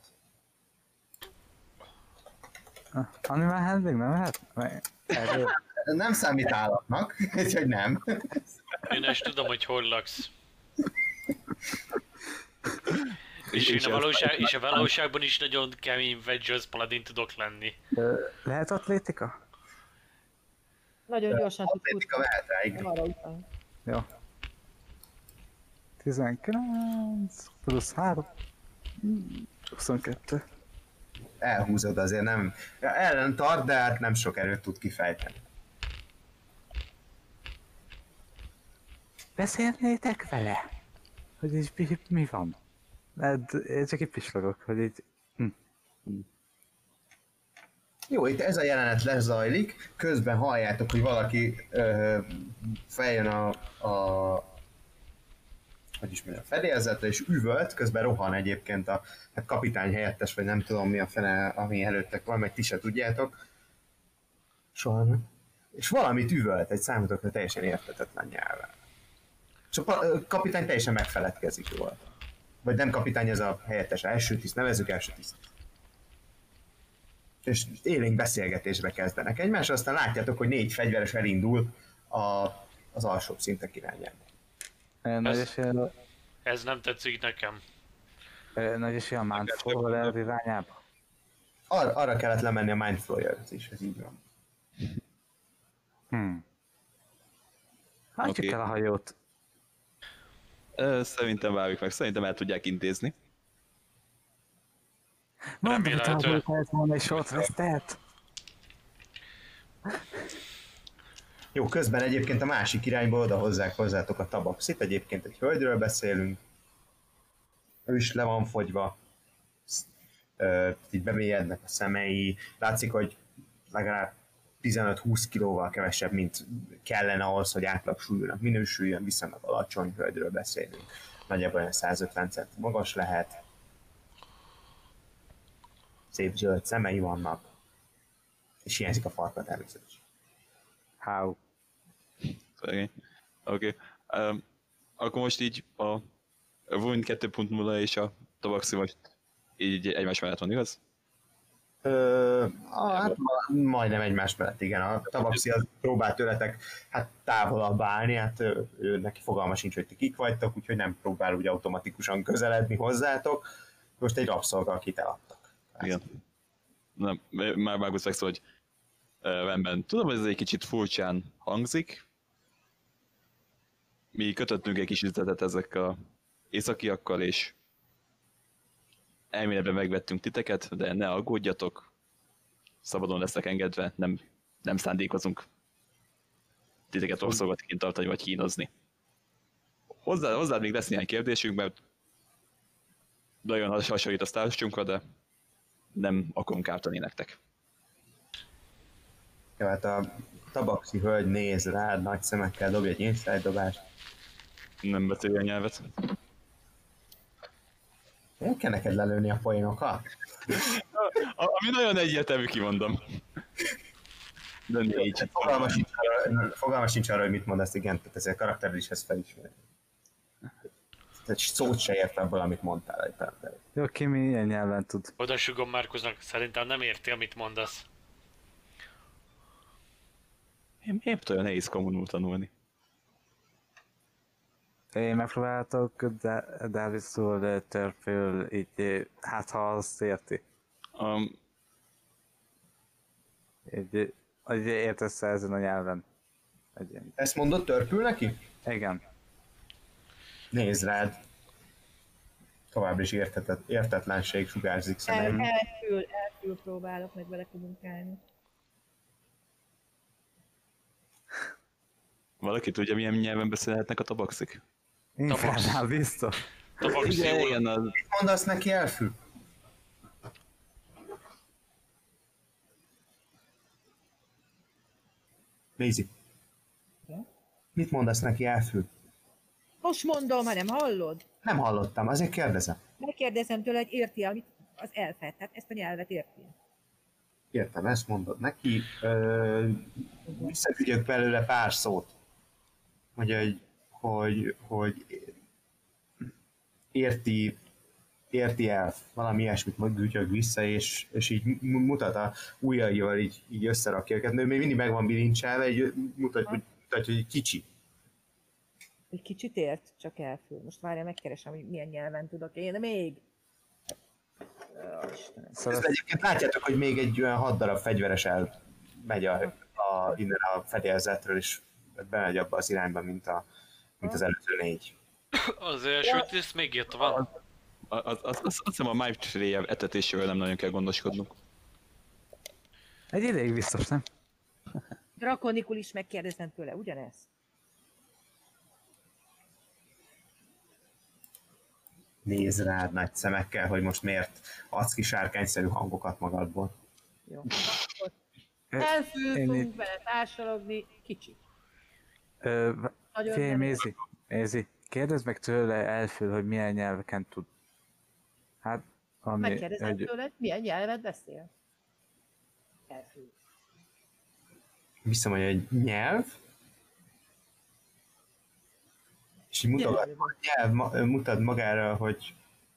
Animal handling nem lehet? Erről. Nem számít állatnak, úgyhogy nem. Én is tudom, hogy hol laksz. És a valóságban is nagyon kemény Vengers paladin tudok lenni. Lehet atlétika? Nagyon gyorsan tud Atlétika futni. vehet rá, Nem igen. arra után. Jó. 19 plusz 3. 22. Elhúzod azért, nem. Ja, ellentart, de hát nem sok erőt tud kifejteni. Beszélnétek vele? Hogy így mi van? Hát én csak így pislogok, hogy így... Jó, itt ez a jelenet lezajlik, közben halljátok, hogy valaki feljön hogy is mondjam, fedélzetre és üvölt, közben rohan egyébként a kapitány helyettes, vagy nem tudom mi a fene, ami előttek van, meg ti se tudjátok. Soha nem. És valamit üvölt egy számotokra teljesen érthetetlen nyelven. És a kapitány teljesen megfeledkezik róla. Vagy nem kapitány, ez a helyettes első tiszt, nevezzük első tiszt. És élénk beszélgetésbe kezdenek egymással, aztán látjátok, hogy 4 fegyveres elindul az alsóbb szintek irányába. Ez nem tetszik nekem. Nagy és ilyen Mindfall elv irányába. Arra kellett lemenni a Mindflow-ját is, ez így van. Hagyjuk Oké. el a hajót. Szerintem várjuk meg, szerintem el tudják intézni. Mondom, hogy Remélhető. távolul kellett volna egy short restet. Jó, közben egyébként a másik irányból oda hozzák hozzátok a tabaxit, egyébként egy hölgyről beszélünk, ő is le van fogyva, így bemélyednek a szemei, látszik, hogy legalább 15-20 kilóval kevesebb, mint kellene ahhoz, hogy átlagsúlyúnak minősüljön, viszonylag alacsony hölgyről beszélünk. Nagyjából olyan 150 cent magas lehet, szép zöld szemei vannak, és hiányzik a farka természetesen. How? Szegény. Oké. Akkor most így a Wund 2.0 és a Tabaxi most így egymás mellett van, igaz? Hát majdnem egymás mellett, igen. A tabaxi az próbál tőletek távolabb állni, ő neki fogalma sincs, hogy ti kik vagytok, úgyhogy nem próbál úgy automatikusan közeledni hozzátok. Most egy rabszolga, akit eladtak. Igen. Nem, már vágott meg szó, hogy rendben. Tudom, hogy ez egy kicsit furcsán hangzik. Mi kötöttünk egy kis üzletet ezekkel az északiakkal, és elméletben megvettünk titeket, de ne aggódjatok. Szabadon lesznek engedve, nem szándékozunk titeket rabszolgatként tartani vagy kínozni. Hozzád még lesz néhány kérdésünk, mert nagyon hasonlít a sztársunkra, de nem akarunk ártani nektek. Ja, hát a tabaxi hölgy néz rád, nagy szemekkel dobja egy insight dobást. Nem beszélj a nyelvet. Nem kell neked lelőni a poénokat? Ami nagyon egyértelmű, kimondom. De négy. Fogalma sincs arra, hogy mit mondasz, igen, tehát ezért a karakterizéshez felismeri. Tehát szót se ért abból, amit mondtál egy percben. Jó, ki milyen nyelven tud? Oda sugom Márkusznak, szerintem nem érti, amit mondasz. Én olyan nehéz kommunul tanulni. Én megpróbáltok Daviszul törpül, így, hát ha azt érti. Így, hogy értesz ezen a nyelven. Ezt mondod, törpül neki? Igen. Nézd rád. Továbbra is értetlenség sugárzik szemem. Elfül próbálok meg vele kommunikálni. Valaki tudja, milyen nyelven beszélhetnek a tabaxik? Infernál biztos. Tabaxi jól. Igen, az... Mit mondasz neki, elfül? Maisie. Mit mondasz neki, elfül? Most mondom, ha nem hallod. Nem hallottam, azért kérdezem. Megkérdezem tőle, hogy érti amit az elfet, hát ezt a nyelvet érti. Értem, ezt mondod neki. Visszaküldjök belőle pár szót. Hogy érti el, valami ilyesmit mondjuk vissza, és így mutat a ujjaival, így összerakja őket. Még mindig meg van bilincselve, így mutatja, hogy kicsi. Egy kicsit ért, csak elfül. Most várjál, megkeresem, hogy milyen nyelven tudok én még. Istenem. Közben egyébként látjátok, hogy még egy olyan 6 darab fegyveres elmegy innen a fedélzetről, és bemegy abba az irányba, mint az előző 4. Az első tiszt még itt van. Azt hiszem a májtréje etetésével nem nagyon kell gondoskodnunk. Egy ideig biztos, nem? Drakonikul is megkérdezem tőle, ugyanezt. Néz rád nagy szemekkel, hogy most miért adsz ki sárkányszerű hangokat magadból. Jó. Elfültünk vele társalogni, kicsit. Figyelj, Mézi, kérdezd meg tőle elfül, hogy milyen nyelveken tud. Hát, ami... Megkérdezem tőle, hogy milyen nyelvet beszél. Elfül. Visszamondja egy nyelv, és így mutat magára, hogy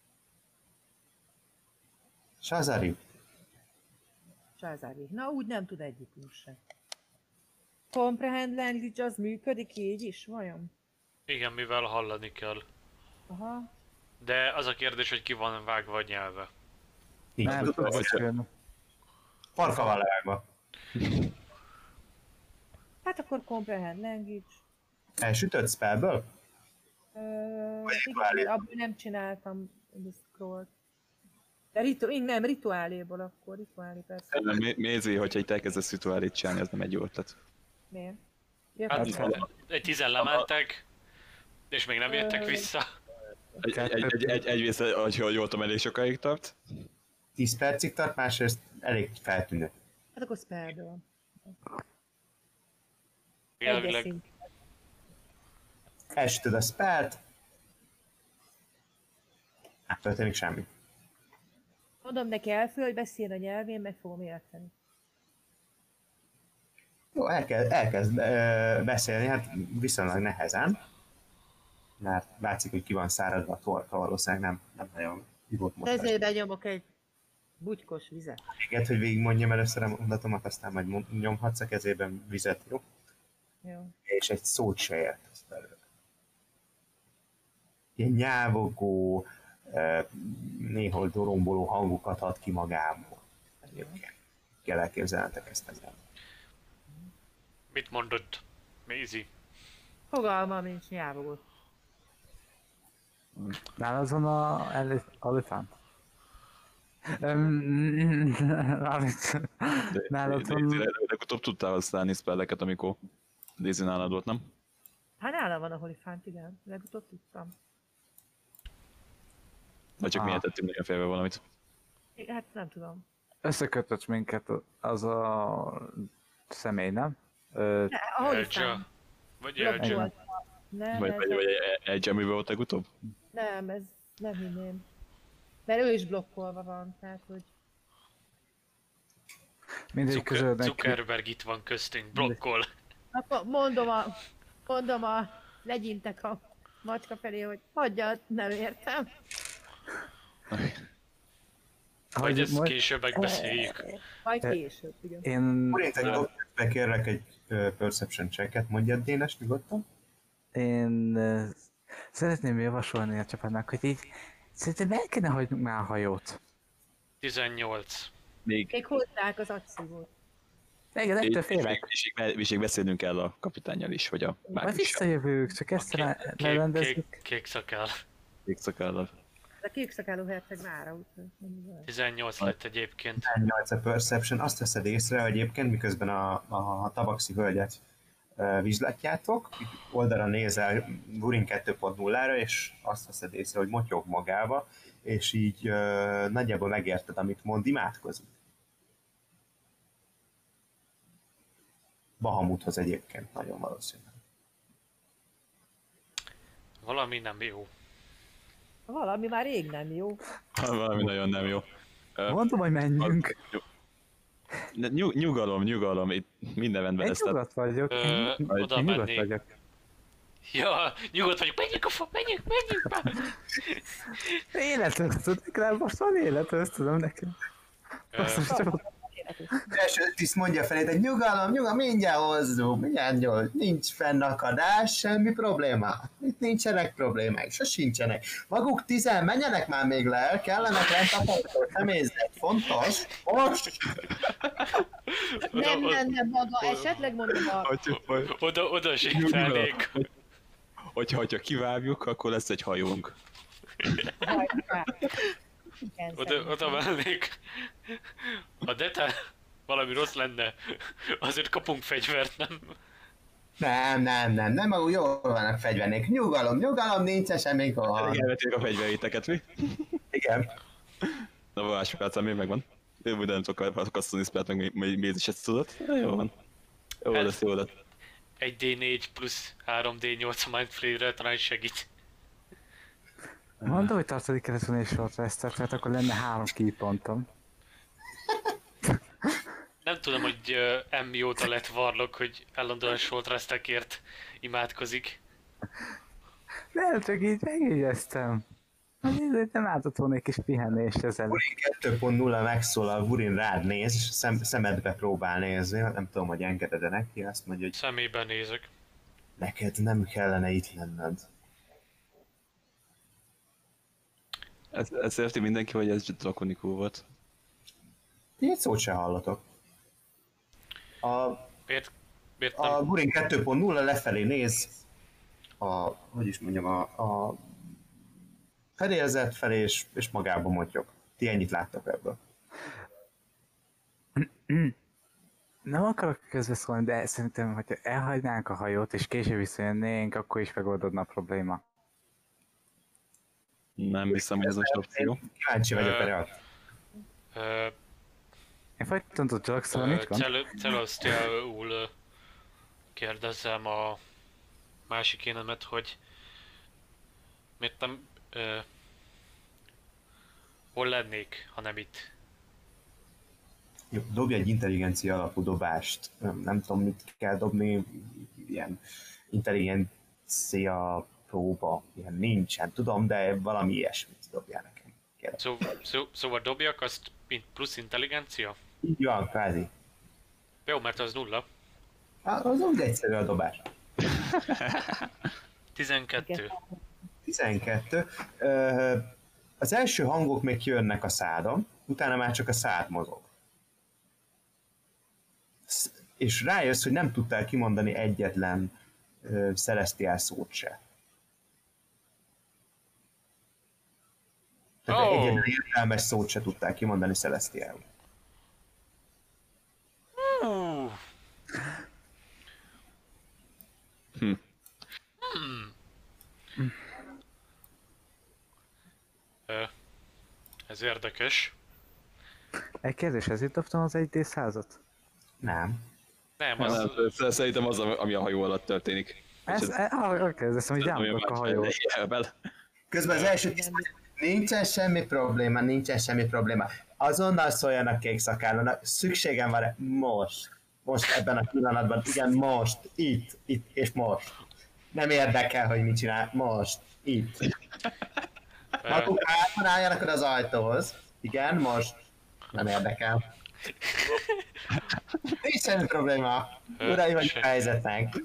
Sazari. Sázári. Na, úgy nem tud egyikünk sem. Comprehend language az működik így is, vajon? Igen, mivel hallani kell. Aha. De az a kérdés, hogy ki van vágva a nyelve. Nem, Farka van levágva. Hát akkor comprehend language. Elsütött spellből? Igen, rituálé. abból nem csináltam scrollt. De nem, rituáléból akkor, rituálé persze. Mézi, hogyha itt elkezdesz rituálét csinálni, ez nem egy jó ötlet. Miért? Hát, Jöttem. egy 10 lementek, és még nem jöttek vissza. Egyrészt, hogy jól tudom, elég sokáig tart. 10 percig tart, másrészt elég feltűnő. Hát akkor spellből. Egyes Elvileg szint. Elsütöd a spellt. Nem történik semmi. Mondom neki elfő, hogy beszél a nyelvén, meg fogom érteni. Jó, elkezd beszélni, hát viszonylag nehezen. Mert látszik, hogy ki van száradva a torka, valószínűleg nem nagyon hívott most. Ezért benyomok egy bugykos vizet. Engedd, hogy végigmondjam először a mondatomat, aztán majd nyomhatsz a kezében vizet, jó? Jó. És egy szót se értesz belőle. Ilyen nyávogó, néhol doromboló hangokat ad ki magából. Egyébként kell elképzelnetek ezt ezzel. mit mondott Maisie? Fogalmam nincs, nyávogott. Nálad van a elefánt? Nálad van... Legutóbb tudtál használni spelleket, amikor Daisy nálad volt, nem? Hát nálam van a holifánt, igen. Legutóbb tudtam. Vagy csak miért tettünk nagyon félve valamit? Hát nem tudom. Összekötött minket az a személy, nem? A holifánt. Elja. Vagy Blokk Elja. volt. Nem, Vagy ez egy amivel volt legutóbb? nem, ez nem hinném. Mert ő is blokkolva van, tehát hogy... Mindegy közül neki. Zuckerberg itt van köztünk, blokkol. Akkor mondom a legyintek a macska felé, hogy hagyjad, nem értem. Vagy ezt most később megbeszéljük. Majd később, igen. én, Urint, egy dobd, kérlek egy perception checket, mondjad Dénes nyugodtan. én szeretném javasolni a csapatnak, hogy így szerintem el kéne hagynunk már a hajót. 18. Még hozzák az agyszívót. Igen, ettől félek. És még beszélnünk kell a kapitánnyal is, vagy a Majd mágissal. visszajövők, csak ezt lerendezzük. Kék szakál. Kék szakállal. A kék szakáló herceg mára, úgyhogy nem baj. 18 lett egyébként. 8 a perception, azt veszed észre, hogy egyébként miközben a tabaxi hölgyet vizslatjátok, oldalra nézel Gurin 2.0-ra, és azt veszed észre, hogy motyog magába, és így nagyjából megérted, amit mond, imádkozik. Bahamuthoz egyébként nagyon valószínűleg. Valami nem jó. Valami már rég nem jó. Valami nagyon nem jó. Mondom, hogy menjünk. Nyugalom, itt minden rendben Én lesz. Tehát nyugodt vagyok. Oda Én nyugodt mennék. vagyok. Ja, nyugodt vagyok, menjünk már! Életöztök rá, most van életöztudom nekem. Azt most csak És tiszt mondja felé, hogy nyugalom, mindjárt hozzuk, mindjárt gyors, nincs fennakadás, semmi probléma. Itt nincsenek problémák, sincsenek. Maguk 10 menjenek már még le, kellenek lent a pontot, személyzet, fontos, most! Nem lenne maga, esetleg mondom a... Oda sétálnék. Hogyha kivágjuk, akkor lesz egy hajónk. Oda mennék. A detál valami rossz lenne. Azért kapunk fegyvert, nem? Nem, maguk jól vannak fegyvernék. Nyugalom, nincsen semmi gond. Elvették a fegyveriteket, mi? Igen. Na, varázspálcám még megvan. Ő nem tudok kasszolni spelt, meg még is ezt tudod. Jó van. Jó lesz. 1D4 plusz 3D8 a Mindflare-re talán segít. mondom, hogy tartodik el és short restet, mert akkor lenne 3 keypontom. Nem tudom, hogy mióta lett Warlock, hogy állandóan short restekért imádkozik. Nem, csak így megjegyeztem. Hogy ezért nem álltott volna egy kis pihenést ezzel. Gurin 2.0 megszólal, Gurin rád néz, és szemedbe próbál nézni, nem tudom, hogy engeded-e neki, azt mondja, hogy Szemében nézek. neked nem kellene itt lenned. Ez érti mindenki, hogy ez drakonikú volt? Én egy szót se hallatok. Miért Miért A nem? Gurin 2.0 lefelé néz, hogy is mondjam, a fedélzet felé, és magába motyog. Ti ennyit láttak ebből. Nem akarok közbeszólni, de szerintem, hogyha elhagynánk a hajót, és később visszajönnénk, akkor is megoldódna a probléma. Nem hiszem, hogy ez most opció. Kíváncsi vagyok erre. Ö, Én folyton tudok, szóval nincs gond. Celestiálul kérdezem a másik énemet, hogy miért nem... hol lennék, ha nem itt? Jó, dobj egy intelligencia alapú dobást. Nem tudom, mit kell dobni. Ilyen intelligencia próba. Ilyen nincsen, tudom, de valami ilyesmit dobjál nekem. Kérlek. Szóval dobjak azt, mint plusz intelligencia? Így van, kvázi. Jó, mert az 0. Az úgy egyszerű a dobás. 12. 12. Az első hangok még jönnek a szádon, utána már csak a szád mozog. És rájössz, hogy nem tudtál kimondani egyetlen Celestial szót se. Tehát egyetlen értelmes szót se tudtál kimondani Celestial. Ez érdekes. Egy kérdés, ezért dobtam az 1D100-at? Nem. Nem, az... Szerintem az, ami a hajó alatt történik. Kezdeszem, hogy jámodok a hajó. Közben az első nincsen semmi probléma, nincsen semmi probléma. Azonnal szóljanak kék szakálónak, szükségem van most ebben a pillanatban, igen, most, itt és most. Nem érdekel, hogy mit csinál, most, itt. Maguk hátban álljanak oda az ajtóhoz, igen, most, nem érdekel. Nincs semmi probléma, urai vagy a helyzetnek.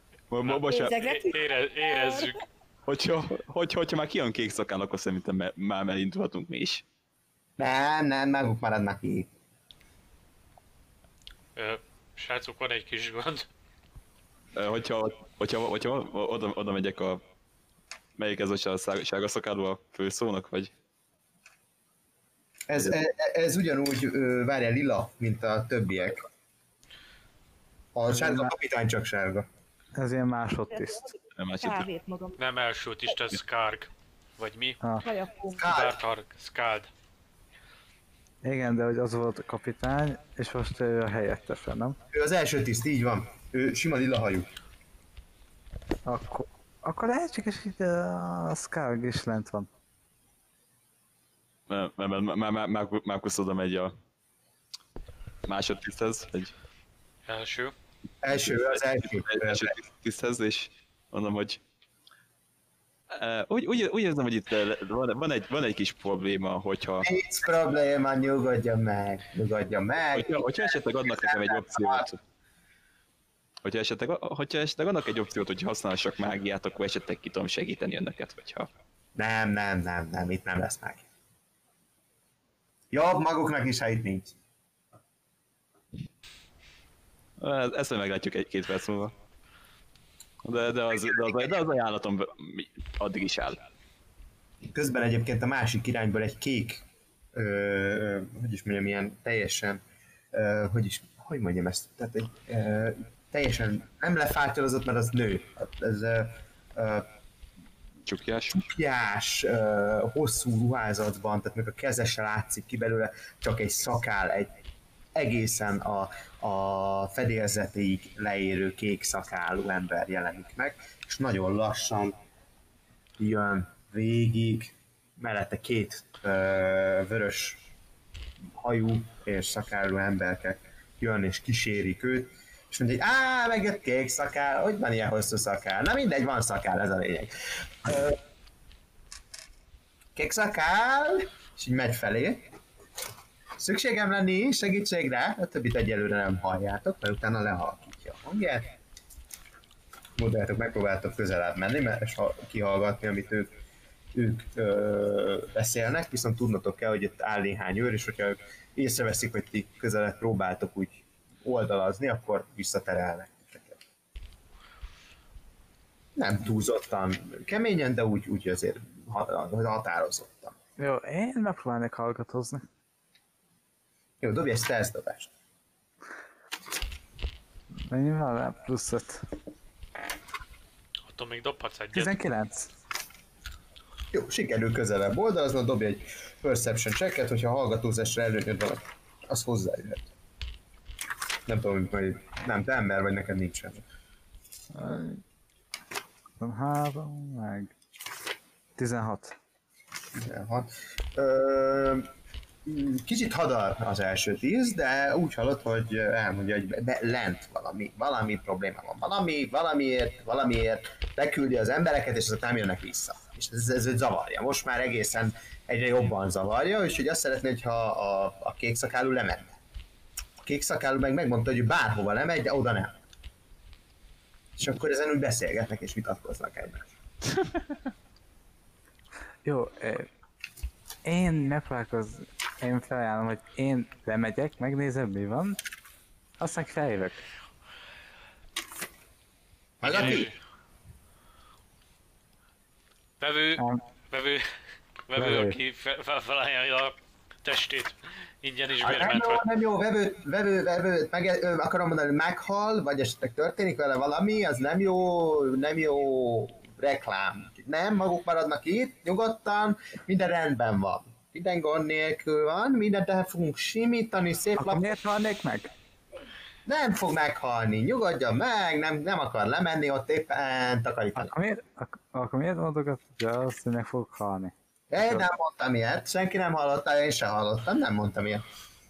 Érezzük. Hogyha már kijön kék szakán, akkor szerintem már elindulhatunk mi is. Nem, maguk maradnak így. Srácok, van egy kis gond. Hogyha oda megyek a... Melyik ez a sárga szakálú a főszónak, vagy? Ez ugyanúgy, várjál, lila, mint a többiek. A sárga kapitány csak sárga. Ez ilyen másodtiszt. Kávét magam. Nem első tiszta, Skarg. Vagy mi? Hajakó. Skald. Igen, de hogy az volt a kapitány, és most ő a helyettese, nem? Ő az első tiszt, így van. Ő sima lila hajú. Akkor lehetséges, hogy a Skarg is lent van. Márkusz oda megy a másodtiszthez, egy Első. Az első. első tiszthez, és mondom, hogy úgy érzem, hogy itt van egy kis probléma, hogyha... Nincs probléma, nyugodja meg. Hogyha esetleg adnak nekem egy opciót, hogyha esetleg adnak egy opciót, hogy használhassak mágiát, akkor esetleg ki tudom segíteni önöket, hogyha... Nem, itt nem lesz meg. Jobb maguknak is, ha itt nincs. Ezt majd meglátjuk egy-két perc múlva. De az ajánlatom addig is áll. Közben egyébként a másik irányból egy kék, hogy is mondjam, ilyen teljesen, hogy mondjam ezt, tehát egy teljesen nem lefátyolozott, mert az nő. Ez csukjás, hosszú ruházatban, tehát még a keze se látszik ki belőle, csak egy szakál, egy egészen a fedélzetéig leérő kék szakálú ember jelenik meg, és nagyon lassan jön végig, mellette két vörös hajú és szakálú emberkek jön és kísérik őt, és mondja, hogy megjött kék szakál, hogy van ilyen hosszú szakál? Na mindegy, van szakál, ez a lényeg. Kék szakál, és így megy felé. Szükségem lenni segítségre, a többit egyelőre nem halljátok, mert utána lehalkítja a hangját. Megpróbáltok közelebb menni, és kihallgatni, amit ők beszélnek, viszont tudnotok kell, hogy itt áll néhány őr, és hogyha észreveszik, hogy ti közelebb próbáltok úgy oldalazni, akkor visszaterelnek. Nem túlzottan keményen, de úgy azért határozottan. Jó, én megpróbálnék hallgatózni. Jó, dobj egy stealth dobást. Mennyi van? Plusz 5. Attól még dobhatsz egyet. 19. Jó, sikerül közelebb oldalaznod, dobj egy perception checket, hogyha hallgatózásra előnyöd van, az hozzájöhet. Nem tudom, hogy nem, te ember vagy, neked nincsen. 3, meg 16. 16. Kicsit hadar az első 10, de úgy hallott, hogy elmondja, hogy lent valami probléma van. Valamiért leküldi az embereket, és azok nem jönnek vissza. És ez zavarja. Most már egészen egyre jobban zavarja, és hogy azt szeretné, hogyha a kékszakálú lemenne. A kékszakálú meg megmondta, hogy bárhova lemegy, de oda nem. És akkor ezen úgy beszélgetnek és vitatkoznak egymást. Jó, én megpróbálkozom, én felajánlom, hogy én lemegyek, megnézem mi van, aztán feljövök. Majd aki? Vevő, aki felajánlja a testét ingyen is bérmentve. Nem jó, vevő, akarom mondani, meghal, vagy esetleg történik vele valami, az nem jó reklám. Nem, maguk maradnak itt, nyugodtan, minden rendben van. Minden gond nélkül van, mindent el fogunk simítani, szép Akkor miért halnék meg? Nem fog meghalni, nyugodjon meg, nem akar lemenni, ott éppen takarítani. Akkor miért mondogat, hogy azt, hogy meg fogok halni? Én nem mondtam ilyet, senki nem hallotta, én sem hallottam, nem mondtam ilyet.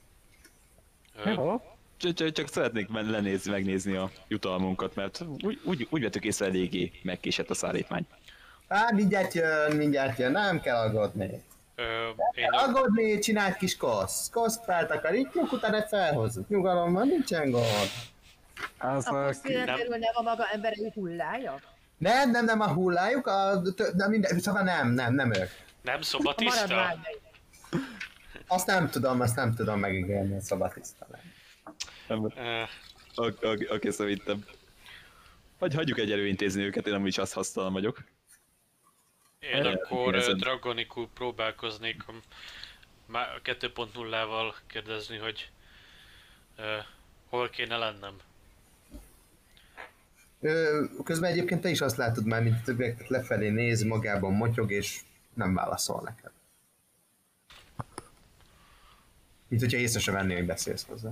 Jó. Csak szeretnék megnézni a jutalmunkat, mert úgy vettük észre, eléggé megkésett a szállítmány. Mindjárt jön, nem kell aggódni. Aggódni, csináld kis koszt feltakarítjuk, utána felhozzuk. Nyugalom van, nincsen gond. Akkor születelül nem a maga emberi hullája? Nem a hullájuk, szóval nem ők. Nem szobatiszta? Azt nem tudom megígérni, a szobatiszta nem. Oké, szerintem. Hagyjuk egy előintézni őket, én amúgy is azt hasztalan vagyok. Én akkor Dragonikul próbálkoznék a 2.0-val kérdezni, hogy hol kéne lennem. Közben egyébként te is azt látod már, mint a többiek lefelé néz, magában motyog, és nem válaszol neked. Mint hogyha észre se venné, hogy beszélsz hozzá.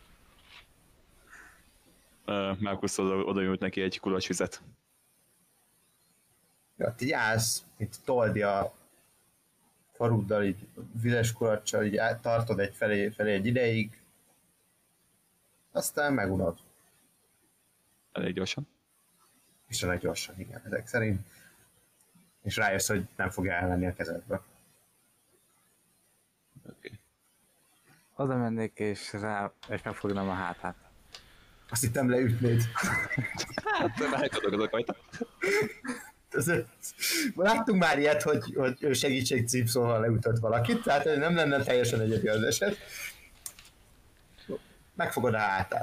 Markus oda jut neki egy kulacsvizet. Ja, így állsz, itt toldi a faruddal, így vizes kulacsal, így tartod egy felé egy ideig, aztán megunod. Elég gyorsan. És elég gyorsan, igen, ezek szerint. És rájössz, hogy nem fogja elvenni a kezedbe. Okay. Oda mennék és megfognám a hátát. Azt hittem leütnéd. Elkadogozok rajta. Láttunk már ilyet, hogy segítségcímszóval leütött valakit, tehát nem lenne teljesen egyedi az eset. Megfogod a hátát.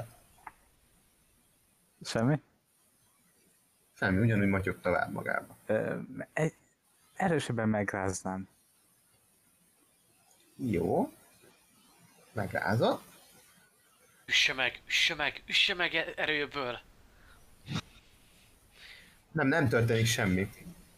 Semmi? Semmi, ugyanúgy matyog tovább magába. Erősebben megráznám. Jó. Megrázott. Üsse meg erőből! Nem történik semmi.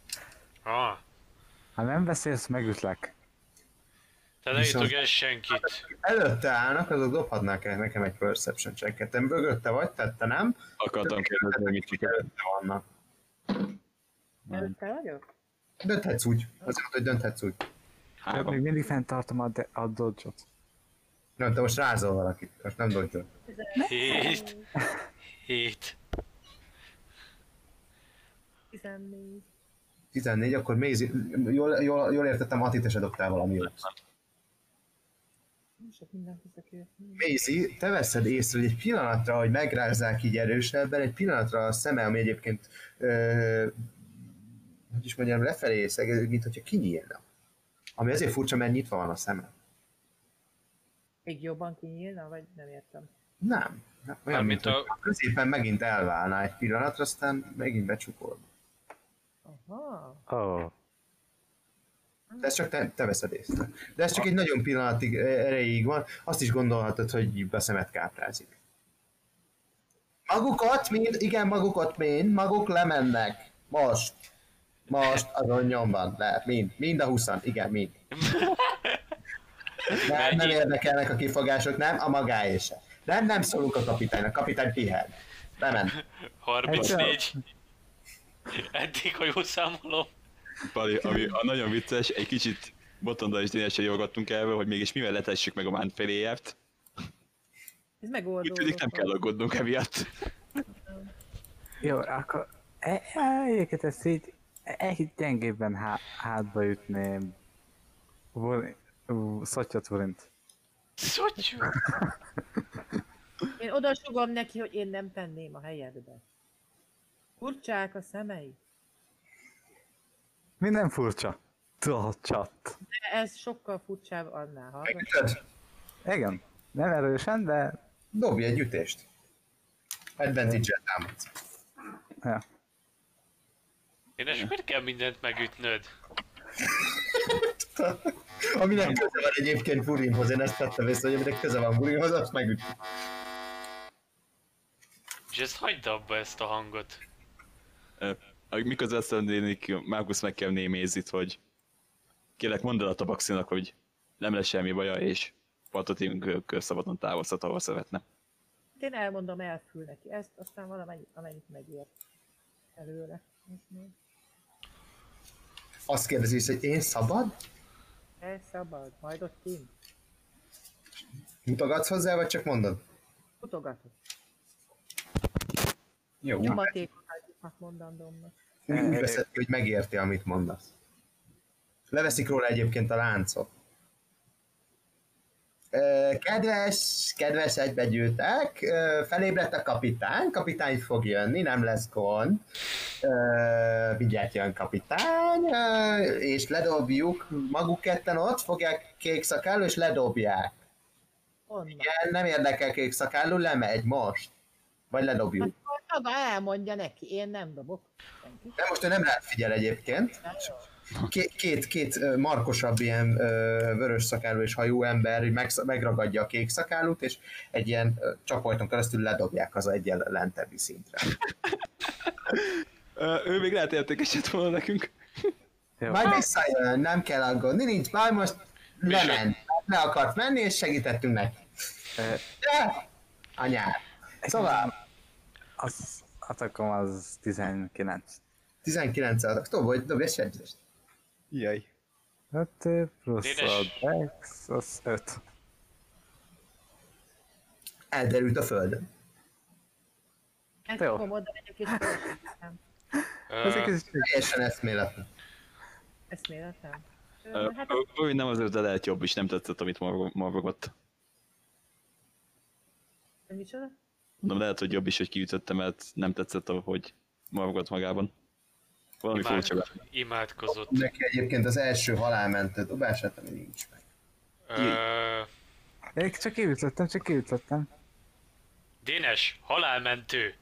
Ha nem beszélsz, megütlek. Te ne ütögess senkit. Előtte állnak, azok dobhatnák nekem egy perception checket. Te mögötte vagy, tehát te nem. Akartam kérdezni, hogy mit csinál. Előtte vannak. Előtte vagyok? Dönthetsz úgy. Azért, hogy dönthetsz úgy. Még mindig fenntartom a dodge-ot. Nem, te most rázol valakit, most nem dodge-ol. 7. 14. 14, akkor Maisie, jól értettem, Ati, te se dobtál valami jót. Sok mindent hiszek érteni. Maisie, te veszed észre, hogy egy pillanatra, hogy megrázzák így erősebben, egy pillanatra a szeme, ami egyébként, hogy is mondjam, lefelé szeged, mint hogyha kinyílna. Ami azért furcsa, mert nyitva van a szeme. Még jobban kinyílna, vagy nem értem? Nem. Olyan, mint a középen megint elválna egy pillanatra, aztán megint becsukol. Aha. Ó, De ezt csak te veszed észre. De ez csak egy nagyon pillanatig erejéig van, azt is gondolhatod, hogy a szemet káprázik. Maguk ott mind, maguk lemennek. Most azon nyomban, lehet, mind a 20-an, igen, mind. Nem érdekelnek a kifogások, nem, a magáé se. Nem szólunk a kapitánynak, kapitány pihen. Lemen. 34. Eddig, ha jól számolom. Pali, ami a nagyon vicces, egy kicsit Botondal és Dénessel jolgattunk el, hogy mégis mivel letessük meg a Mán feléját. Ez megoldódott. Úgyhogy nem kell aggódnunk emiatt. jó, akkor egyébként ezt így egy gyengébben hátba ütném. Szottyot forint. Szotyú! Én oda sugom neki, hogy én nem tenném a helyedbe. Furcsák a szemei. Minden furcsa. Csat. De ez sokkal furcsább annál, hallgat. Megütöd? Igen, nem erősen, de... Dobj egy ütést. Advantage-el támadsz. Ja. Én és miért kell mindent megütnöd? Aminek köze van egyébként Burinhoz, én ezt tettem észre, hogy aminek köze van Burinhoz, azt megüt. És ezt hagyd abba ezt a hangot. Miközben ezt mondénik, Markus meg kell némézit, hogy kérlek mondd el a tabaxinak, hogy nem lesz semmi baja, és partoténk szabadon távozhat, ahol szeretne. Én elmondom, elfül neki ezt, aztán amennyit megér előle. Azt kérdezi, hogy én szabad? Ez szabad, majd ott kint. Mutogatsz hozzá, vagy csak mondod? Mutogatok. Jó, úgy Nyomatékot mondandómnak. veszed ki, hogy megérti, amit mondasz. Leveszik róla egyébként a láncot. Kedves egybegyűltek, felébredt a kapitány fog jönni, nem lesz gond. Mindjárt jön kapitány, és ledobjuk, maguk ketten ott fogják kékszakálló, és ledobják. Honnan? Igen, nem érdekel kékszakálló, lemegy most. Vagy ledobjuk. Maga elmondja neki, én nem dobok. Senki. De most ő nem rád figyel egyébként. Két markosabb ilyen vörös szakálú és hajú ember megragadja a kék szakálút, és egy ilyen csaporton keresztül ledobják az egyen lentebbi szintre. Ő még lehet értékeset volna nekünk. Jó. Majd visszajön, nem kell aggódni, nincs baj, most lement. Le akart menni, és segítettünk neki. De, anyád. Szóval, Az attackom az 19. 19 adag. Dobj egy sebzést. Jaj. 5 plusz Dénes. a Dex, az 5. Elderült a földön. Ezt Jó. fogom oda megyek és felesítem. Ezek is Teljesen eszméletlen. Eszméletem. Hát Ő nem azért, de lehet jobb is, nem tetszett, amit morgott. ez micsoda? Mondom, lehet, hogy jobb is, hogy kiütöttem, mert nem tetszett, ahogy morgott magában. Valami furcsa. Imádkozott. Neki egyébként az első halálmentő dobását, ami nincs meg. Én csak kiütöttem. Dénes, halálmentő.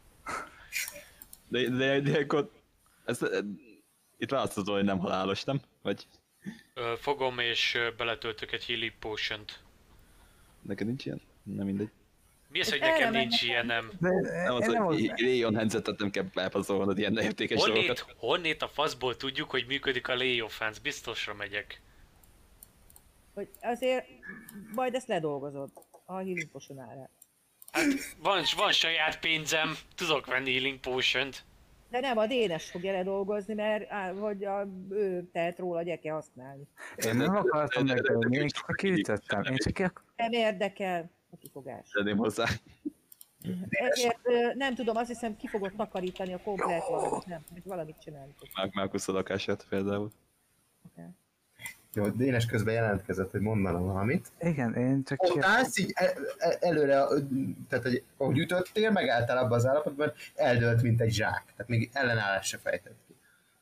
De akkor... Itt választható, hogy nem halálos, nem? Vagy... Fogom és beletöltök egy healing potion-t. Neked nincs ilyen? Nem mindegy. Mi az, hogy Erre nekem mennek nincs ilyenem? De Nem az, én nem hogy Léon Henzetet nem kell elpazolnod ilyen értékes dolgokat. Honnét a faszból tudjuk, hogy működik a Lay of Hands? Biztosra megyek. Hogy azért majd ezt ledolgozod a healing potion-ára. Hát van saját pénzem, tudok venni healing potion-t. De nem, a Dénes fogja ledolgozni, mert hogy ő tehet róla, hogy el kell használni. Én nem akartam megölni, én csak kiütöttem. Én csak Nem érdekel a kifogás. Tenném hozzá. Ezért nem tudom, azt hiszem ki fogod takarítani a komplet valamit, nem, hogy valamit csináltok. Márkusz a lakását például. Okay. Jó, Dénes közben jelentkezett, hogy mondana valamit. Igen, én csak Ott állsz így előre, tehát hogy ahogy ütöttél, megálltál abban az állapotban, eldőlt, mint egy zsák. Tehát még ellenállás se fejtett ki.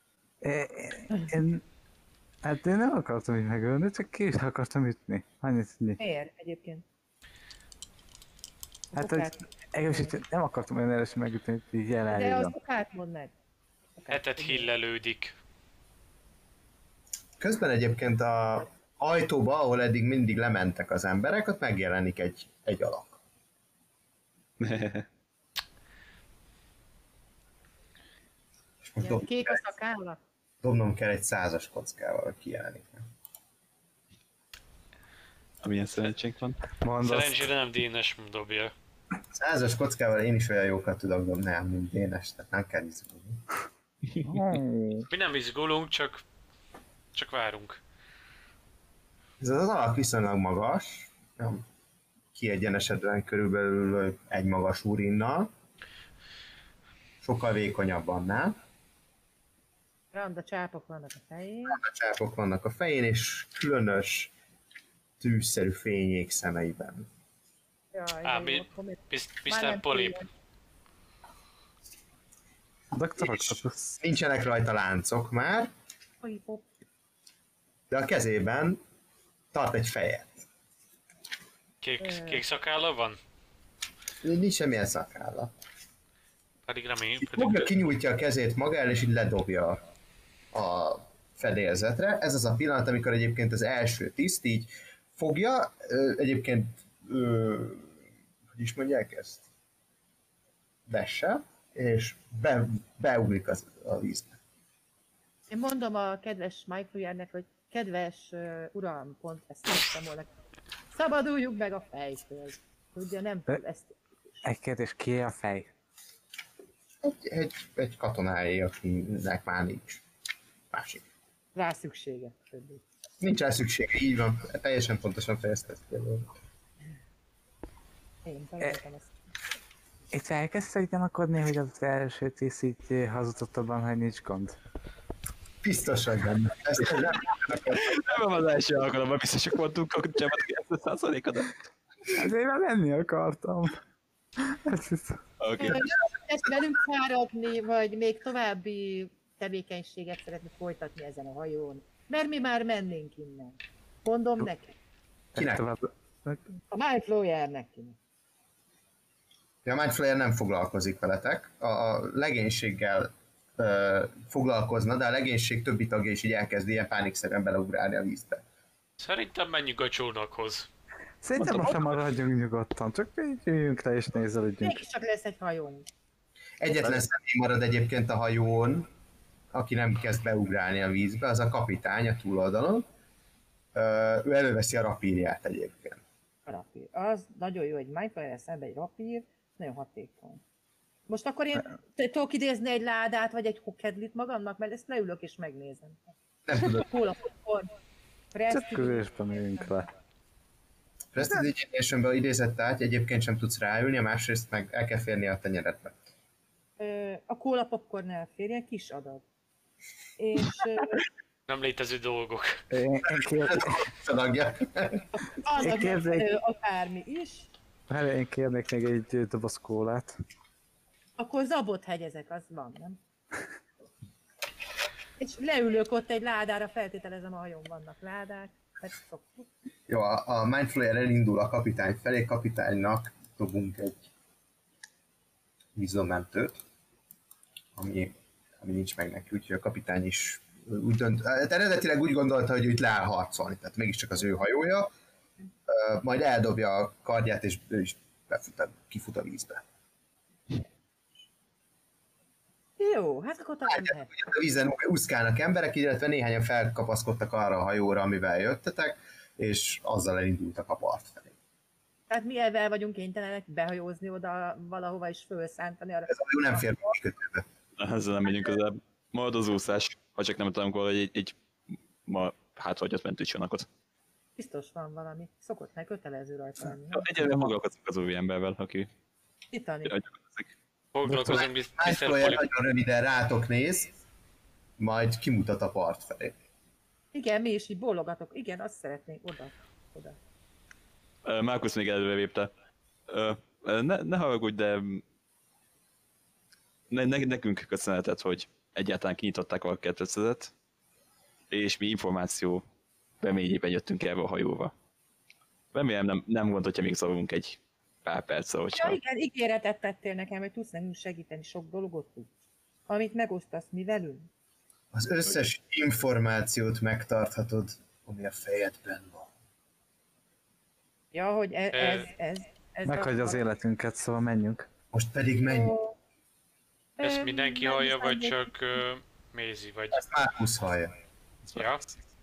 Hát én nem akartam így megölni, csak ki is akartam ütni. Annyit tudni. Miért egyébként? Hát, hogy nem akartam olyan erősen megütni, hogy így De az jelenjön. okát mondd meg. Hetet hillelődik. Közben egyébként a ajtóba, ahol eddig mindig lementek az emberek, ott megjelenik egy alak. És most Ilyen kék a szakálla? dobnom kell egy 100-as kockával, hogy kijelenik. Amilyen szerencsénk van. Mondd azt. Szerencsére nem Dénes dobja. 100-as kockával én is olyan jókat tudok dobni, nem, mint Dénes, tehát nem kell izgulni. Mi nem izgulunk, csak várunk. Ez az alak viszonylag magas, nem kiegyenesedően körülbelül egy magas úrinnal, sokkal vékonyabb annál. Randa csápok vannak a fején. A csápok vannak a fején, és különös tűzszerű fényék szemeiben. Jaj, de jó, akkor még- Már Mr. nem Polip. tudom. Dr. És Octopus. nincsenek rajta láncok már, Hogy pop. de a kezében tart egy fejet. Kék szakálla van? Nincs semmilyen szakálla. Pedig remény, Fogja, pedig kinyújtja a kezét maga el, és így ledobja a fedélzetre. Ez az a pillanat, amikor egyébként az első tiszt így fogja, egyébként, hogy is mondják ezt? Vesse, és beugrik a vízbe. Én mondom a kedves Mike hogy kedves uram, pont ezt mondtam volna. Szabaduljunk meg a fejtől. Tudja, nem tud ezt. Egy kérdés, ki a fej? Egy katonáé, akinek már nincs másik. Rá szüksége. Többi. Nincs rá szüksége, így van, teljesen pontosan fejezted ki. Én találtam ezt. Itt elkezdtek gyanakodni, hogy az első tíz így hazudott abban, hogy nincs gond. Biztos vagy benne. Ezt nem Nem az első alkalommal biztosak voltunk a csapat 90%-a. Ezért már menni akartam. Ez hiszem. Oké. Ezt velünk fáradni, vagy még további tevékenységet szeretne folytatni ezen a hajón. Mert mi már mennénk innen. Mondom neki. Kinek? A Mindflower neki. A Mindflayer nem foglalkozik veletek. A legénységgel foglalkozna, de a legénység többi tagja is így elkezd ilyen pánikszerűen beleugrálni a vízbe. szerintem menjünk a csónakhoz. Szerintem most sem maradjunk nyugodtan, csak így üljünk le és nézelődjünk. Mégiscsak lesz egy hajónk. Egyetlen személy marad egyébként a hajón, aki nem kezd beugrálni a vízbe, az a kapitány a túloldalon. Ő előveszi a rapírját egyébként. A rapír. Az nagyon jó, egy Mindflower szemben egy rapír, nagyon hatékony. Most akkor én tudok idézni egy ládát, vagy egy hokedlit magamnak, mert ezt leülök és megnézem. Nem tudod, Kólapokon. Csak közösben üljünk le. Prestidigitation-ből idézett át, egyébként sem tudsz ráülni, a másrészt meg el kell férni a tenyeredbe. A kólapopcorn elférjen, kis adag. És Nem létező dolgok. Én Szalagja. annak képzeljük. akármi is, én kérnék még egy doboz kólát. akkor zabot hegyezek, az van, nem? És leülök ott egy ládára, feltételezem a hajón vannak ládák. Hát szoktuk. Jó, a Mindflayer elindul a kapitány felé, kapitánynak dobunk egy vízommentőt, ami nincs meg neki, úgyhogy a kapitány is úgy eredetileg úgy gondolta, hogy őt le áll harcolni, tehát mégiscsak az ő hajója, majd eldobja a kardját, és ő is kifut a vízbe. Jó, hát akkor talán lehet. A vízen úszkálnak emberek, illetve néhányan felkapaszkodtak arra a hajóra, amivel jöttetek, és azzal elindultak a part felé. Tehát mi elvel vagyunk kénytelenek behajózni oda valahova és fölszántani arra. Ez a hajó nem fér be a kikötőbe. Ezzel nem megyünk közelebb. Majd az úszás, ha csak nem tudunk volna egy ma hátrahagyott mentőcsónakot. Biztos van valami. Szokott meg kötelező rajta lenni. nem? Egyelőre foglalkozunk az új emberrel, aki Titani. gyakorlatozik. Foglalkozunk Mr. Mindflayer Polip. nagyon röviden rátok néz, majd kimutat a part felé. Igen, mi is így bólogatok. Igen, azt szeretnénk oda. Márkusz még előre vépte. Ne haragudj, de nekünk köszönheted, hogy egyáltalán kinyitották a kettőszedet, és mi információ reményében jöttünk erre a hajóval. Remélem nem gond, hogyha még szavunk egy pár perccel, Ja, hogyha... igen, ígéretet tettél nekem, hogy tudsz nekünk segíteni sok dologot. amit megosztasz mi velünk. Az összes információt megtarthatod, ami a fejedben van. Ja, hogy ez Meghagyja az életünket, szóval menjünk. Most pedig menj. Ezt mindenki hallja, vagy csak Maisie, vagy... Ezt Markus hallja. Ja?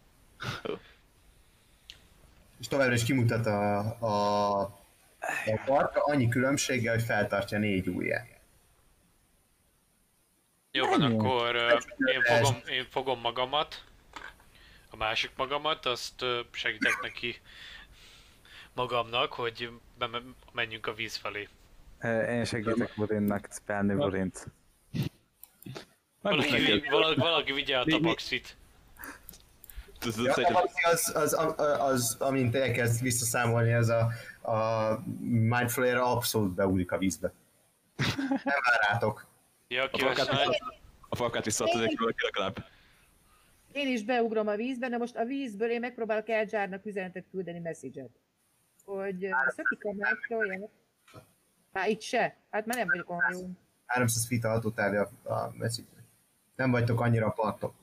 És továbbra is kimutat a partra, annyi különbséggel, hogy feltartja 4 ujját. Jó van, akkor én fogom magamat, a másik magamat, azt segítek neki magamnak, hogy menjünk a víz felé. Én segítek Burinnak spelni Burint. Valaki vigye a tabaxit. Az, amint elkezd visszaszámolni, ez a Mind Flayer abszolút beúlik a vízbe. Nem vár rátok. Ja, kiveszem. A falkát visszaadtozik valaki legalább. Én is beugrom a vízbe, de most a vízből én megpróbálok Elzsárnak üzenetet küldeni, message-et. Hogy szökik a májtól, hát itt se. Hát már nem vagyok a hajón. 300 feet a hatótávja a message. Nem vagytok annyira a partok.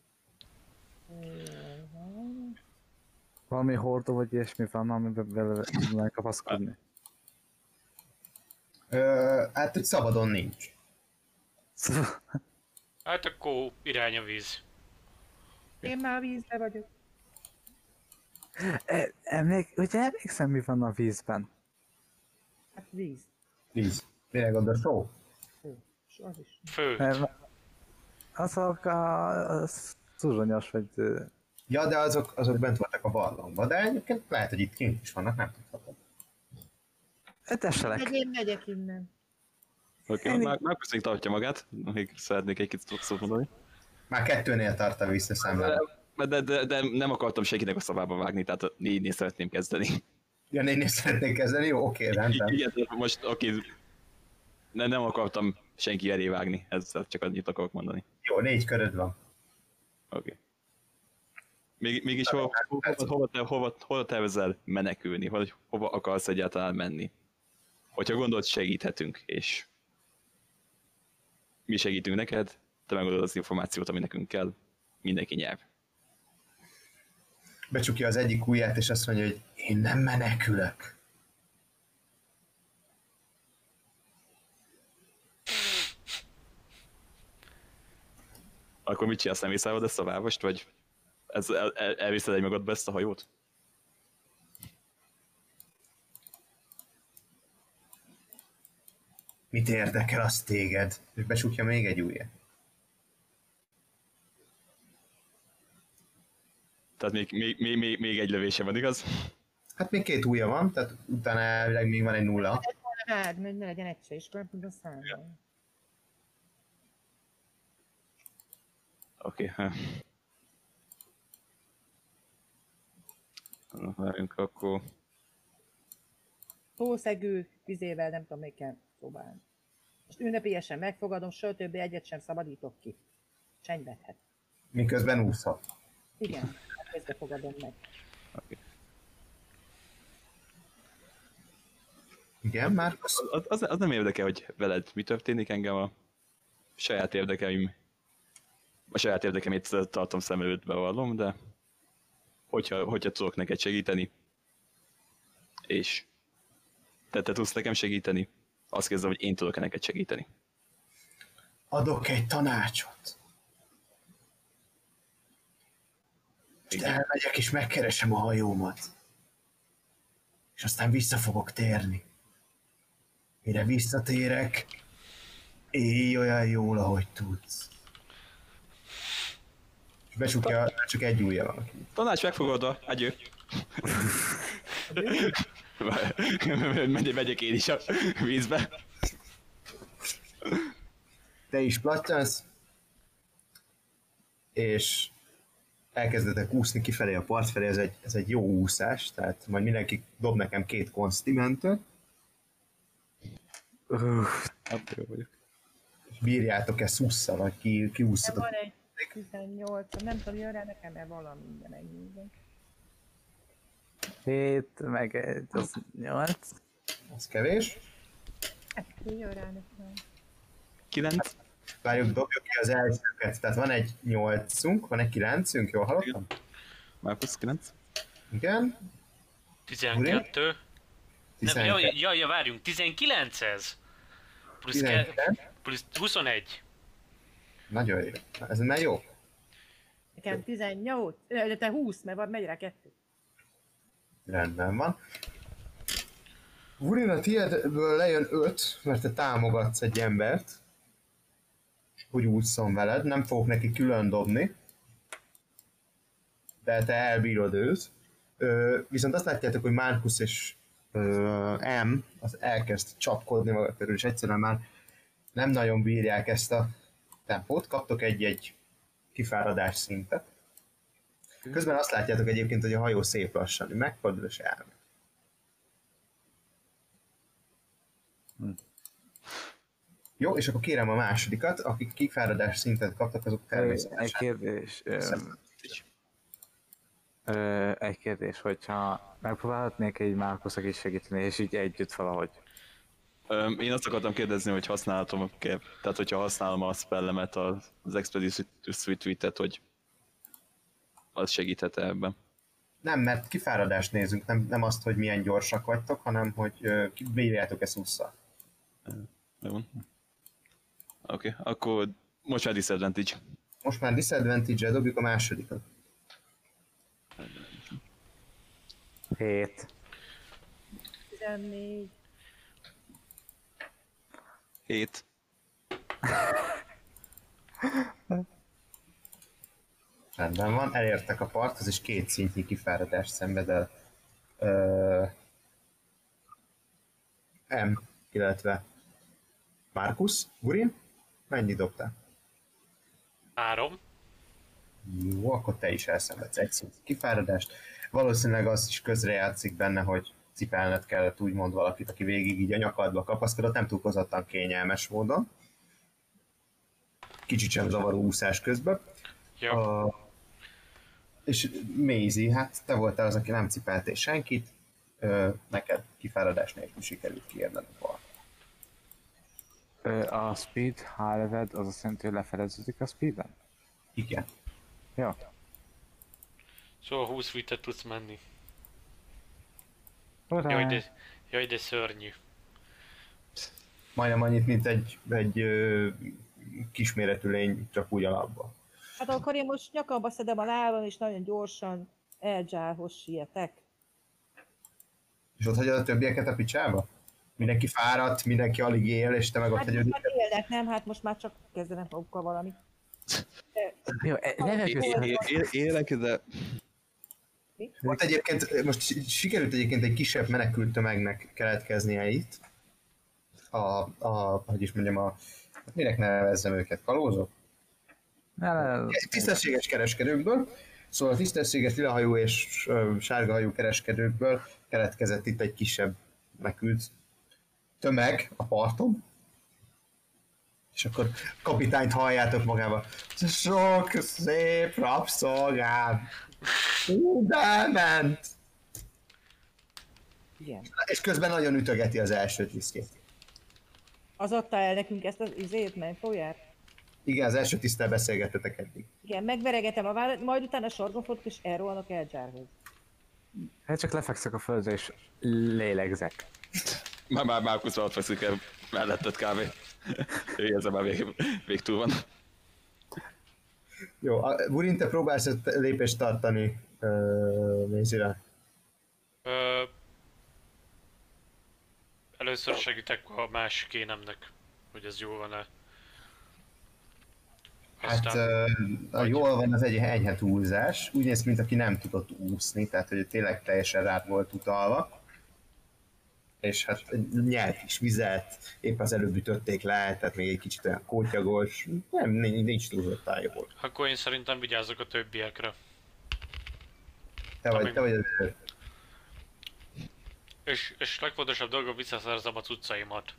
Valami hordó vagy ilyesmi van, amiben vele tudnánk kapaszkodni. Hát, hogy szabadon nincs. Hát akkor irány a víz. Én már a vízbe vagyok. Ugye emlékszem, mi van a vízben? Hát víz. Víz. Mire gondolsz? Só? És az is. Fő. Azok a szúzsonyos, vagy... Ja, de azok bent voltak a barlangban, de egyébként lehet, hogy itt kint is vannak, nem tudhatom. Tesselek. Én megyek innen. Oké, már köszönjük tartja magát, még szeretnék egy kicsit szót mondani. Már 2-nél tart a visszaszámláló. De nem akartam senkinek a szavába vágni, tehát 4-nél szeretném kezdeni. Ja, 4-nél szeretnék kezdeni? Jó, oké, rendben. Igen, most nem akartam senki elé vágni, ezzel csak annyit akarok mondani. Jó, 4 köröd van. Oké. Mégis hova tervezel menekülni, vagy hova akarsz egyáltalán menni? Hogyha gondolod, segíthetünk, és mi segítünk neked, te megadod az információt, ami nekünk kell, mindenki nyer. Becsukja az egyik ujját, és azt mondja, hogy én nem menekülök. Akkor mit csinálsz, nem észreved ezt a várost, vagy elviszed egy magadba ezt a hajót? Mit érdekel az téged? És becsukja még egy ujját. Tehát még egy lövése van, igaz? Hát még 2 ujja van, tehát utána elvileg még van egy 0. Hát, hogy ne legyen egy se, és akkor nem tudom számolni. Oké. Várjunk akkor. Tószegő vizével nem tudom, még kell próbálni. Most ünnepélyesen megfogadom, soha többé egyet sem szabadítok ki. Csenyvethet. Miközben úszhat. Igen, közbe fogadom meg. Okay. Igen, már? Az nem érdekel, hogy veled mi történik, engem a saját érdekeimét tartom szem előtt, bevallom, de hogyha tudok neked segíteni, és te tudsz nekem segíteni, azt kérdezem, hogy én tudok-e neked segíteni. Adok egy tanácsot. És elmegyek és megkeresem a hajómat. És aztán vissza fogok térni. Mire visszatérek, élj olyan jól, ahogy tudsz. És becsukja, csak egy ujja van. Tanács megfogadva, adjö. Megyek én is a vízbe. Te is plattyansz, és elkezdetek úszni kifelé a part felé, ez egy jó úszás, tehát majd mindenki dob nekem 2 konstimentet, Hát jó vagyok. és bírjátok-e szussza, vagy kiúsztatok. Van egy 18, nem tudom, jön rá nekem-e valami, de megnézem. 7, meg egy, az 8. Az kevés. Hát jön rá nekem. 9. Várjuk, dobjuk ki az elsőket. Tehát van egy 8-unk, van egy 9-ünk, jól hallottam? Márkusz 9? Igen. 12. Nem, 12. várjunk, 19 ez. Plusz, 19. plusz 21. Nagyon jó. Ez már jó. Nekem 18, de te 20, mert van, megy rá 2. Rendben van. Gurin, a tiédből lejön 5, mert te támogatsz egy embert, hogy ússzon veled. Nem fogok neki külön dobni, de te elbírod őt. Viszont azt látjátok, hogy Marcus és M az elkezd csapkodni maga körül, és egyszerűen már nem nagyon bírják ezt a tempót. Kaptok egy kifáradás szintet. Közben azt látjátok egyébként, hogy a hajó szép lassan megfordul és elmegy. Jó, és akkor kérem a másodikat, akik kifáradás szintet kaptak, azok Egy természetesen. kérdés. Egy kérdés, hogyha megpróbálhatnék egy Márkusznak is segíteni, és így együtt valahogy. Én azt akartam kérdezni, hogy használhatom, tehát hogyha használom a spellemet, az Expeditious Retreat-et, hogy az segíthet ebben. Nem, mert kifáradást nézünk, nem azt, hogy milyen gyorsak vagytok, hanem hogy bírjátok-e szusszal. Jó van. Oké, akkor most már disadvantage. Most már disadvantage-el dobjuk a másodikat. 7. 14. 7. Rendben van, elértek a parthoz, és 2 szintnyi kifáradást szenved el M, illetve Marcus. Gurin, mennyi dobtál? 3. Jó, akkor te is elszenvedsz egy szintnyi kifáradást. Valószínűleg az is közrejátszik benne, hogy cipelned kellett úgymond valakit, aki végig így a nyakadba kapaszkodott, nem túlkozottan kényelmes módon. Kicsit sem zavaró úszás közben. Jó. És Maisie, hát te voltál az, aki nem cipeltél senkit, neked kifáradás nélkül sikerült kiérned a part. A speed halved, az azt jelenti, hogy lefeleződik a speeden? Igen. Jó. Szóval 20 feet-et tudsz menni. Urá! Jaj, de szörnyű. Majdnem annyit, mint egy kisméretű lény, csak úgy alapban. Hát akkor én most nyakamba szedem a lábam, és nagyon gyorsan Elgyárhoz sietek. És ott hagyod a többieket a picsába? Mindenki fáradt, mindenki alig él, és te meg ott Hát hagyod. most már élnek, nem? Hát most már csak kezdenek magukkal valami. Jó, levegőt Élek, de Ott egyébként, most sikerült egyébként egy kisebb menekült tömegnek keletkeznie itt. Hogy is mondjam, minek nevezzem őket, kalózok? Tisztességes kereskedőkből. Szóval a tisztességes lilahajú és sárgahajú kereskedőkből keletkezett itt egy kisebb menekült tömeg a parton. És akkor kapitányt halljátok magába. Sok szép rabszolgám! De elment! Igen. És közben nagyon ütögeti az első tisztjét. Az adta el nekünk ezt az izét, mentóját? Igen, az első tiszttel beszélgettetek eddig. Igen, megveregetem a vállat, majd utána sorgon fordulok, és elrohanok Elgyárhoz. Hát csak lefekszek a földre és lélegzek. már Márkusz alatt veszik el melletted kávé. Ő ezzel már végtúl van. Jó, Burin, te próbálsz egy lépést tartani Maisie-re. Először segítek a másik énemnek, hogy ez jó van-e. Hát jól van, az egy enyhe túlzás. Úgy néz ki, mint aki nem tudott úszni, tehát hogy tényleg teljesen rád volt utalva. És hát nyert is vizet, épp az előbb ütötték le, tehát még egy kicsit olyan kótyagos, nem, nincs túlzottan jól. Akkor én szerintem vigyázzak a többiekre. Te vagy az előbb. És legfontosabb dolog, visszaszerzem a cuccaimat.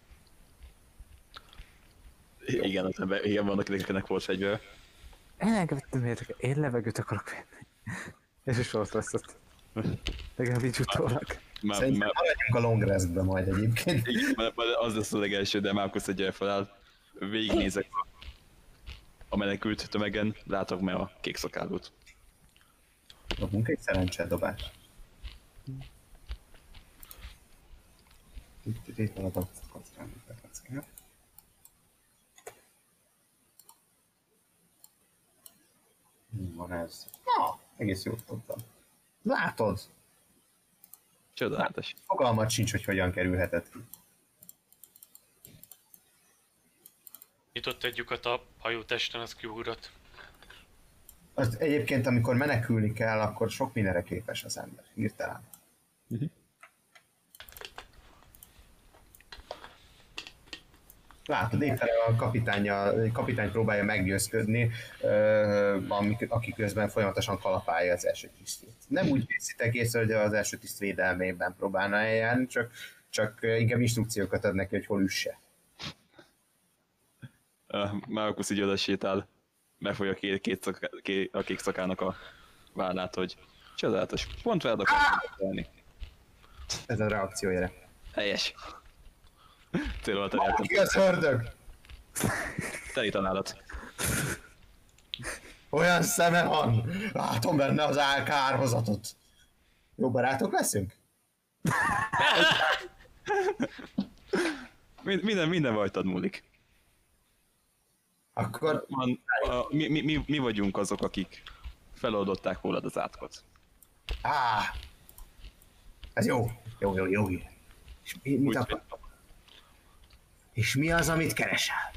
Igen, az ember, igen, vannak akiknek volt fegyver. Én elengedtem értek, én levegőt akarok venni. És is ott lesz ott. Legalább így utólag. Szerintem maradjunk a long restbe majd egyébként. Igen, mert az lesz a legelső, de Márkusz egy feláll. Végignézek a menekült tömegen látok meg a kék szakálót. Dobunk egy szerencsedobást. Itt van a kockám. Mi van ez? Na, egész jót tudtam. Látod? Csodálatos. Fogalmat sincs, hogy hogyan kerülhetett ki. Nyitott egy lyukat a hajótesten, az kiugrott. Az egyébként, amikor menekülni kell, akkor sok mindenre képes az ember, hirtelen. Látod, éppen a kapitány próbálja meggyőzködni, aki közben folyamatosan kalapálja az első tisztét. Nem úgy készítek észre, hogy az első tiszt védelmében próbálna eljárni, csak inkább instrukciókat ad neki, hogy hol üsse. Markus így oda sétál, megfogja a kék szakának a vállát, hogy csodálatos, pont veled akartam tenni. Ez a reakciója. Helyes. Cél alatt elértem. Ki az ördög? Teli tanálat. Olyan szeme van! Látom benne az kárhozatot. Jó barátok leszünk? Minden rajtad múlik. Akkor Mi vagyunk azok, akik feloldották rólad az átkot. ez jó. Jó. És mit akar? És mi az, amit keresel?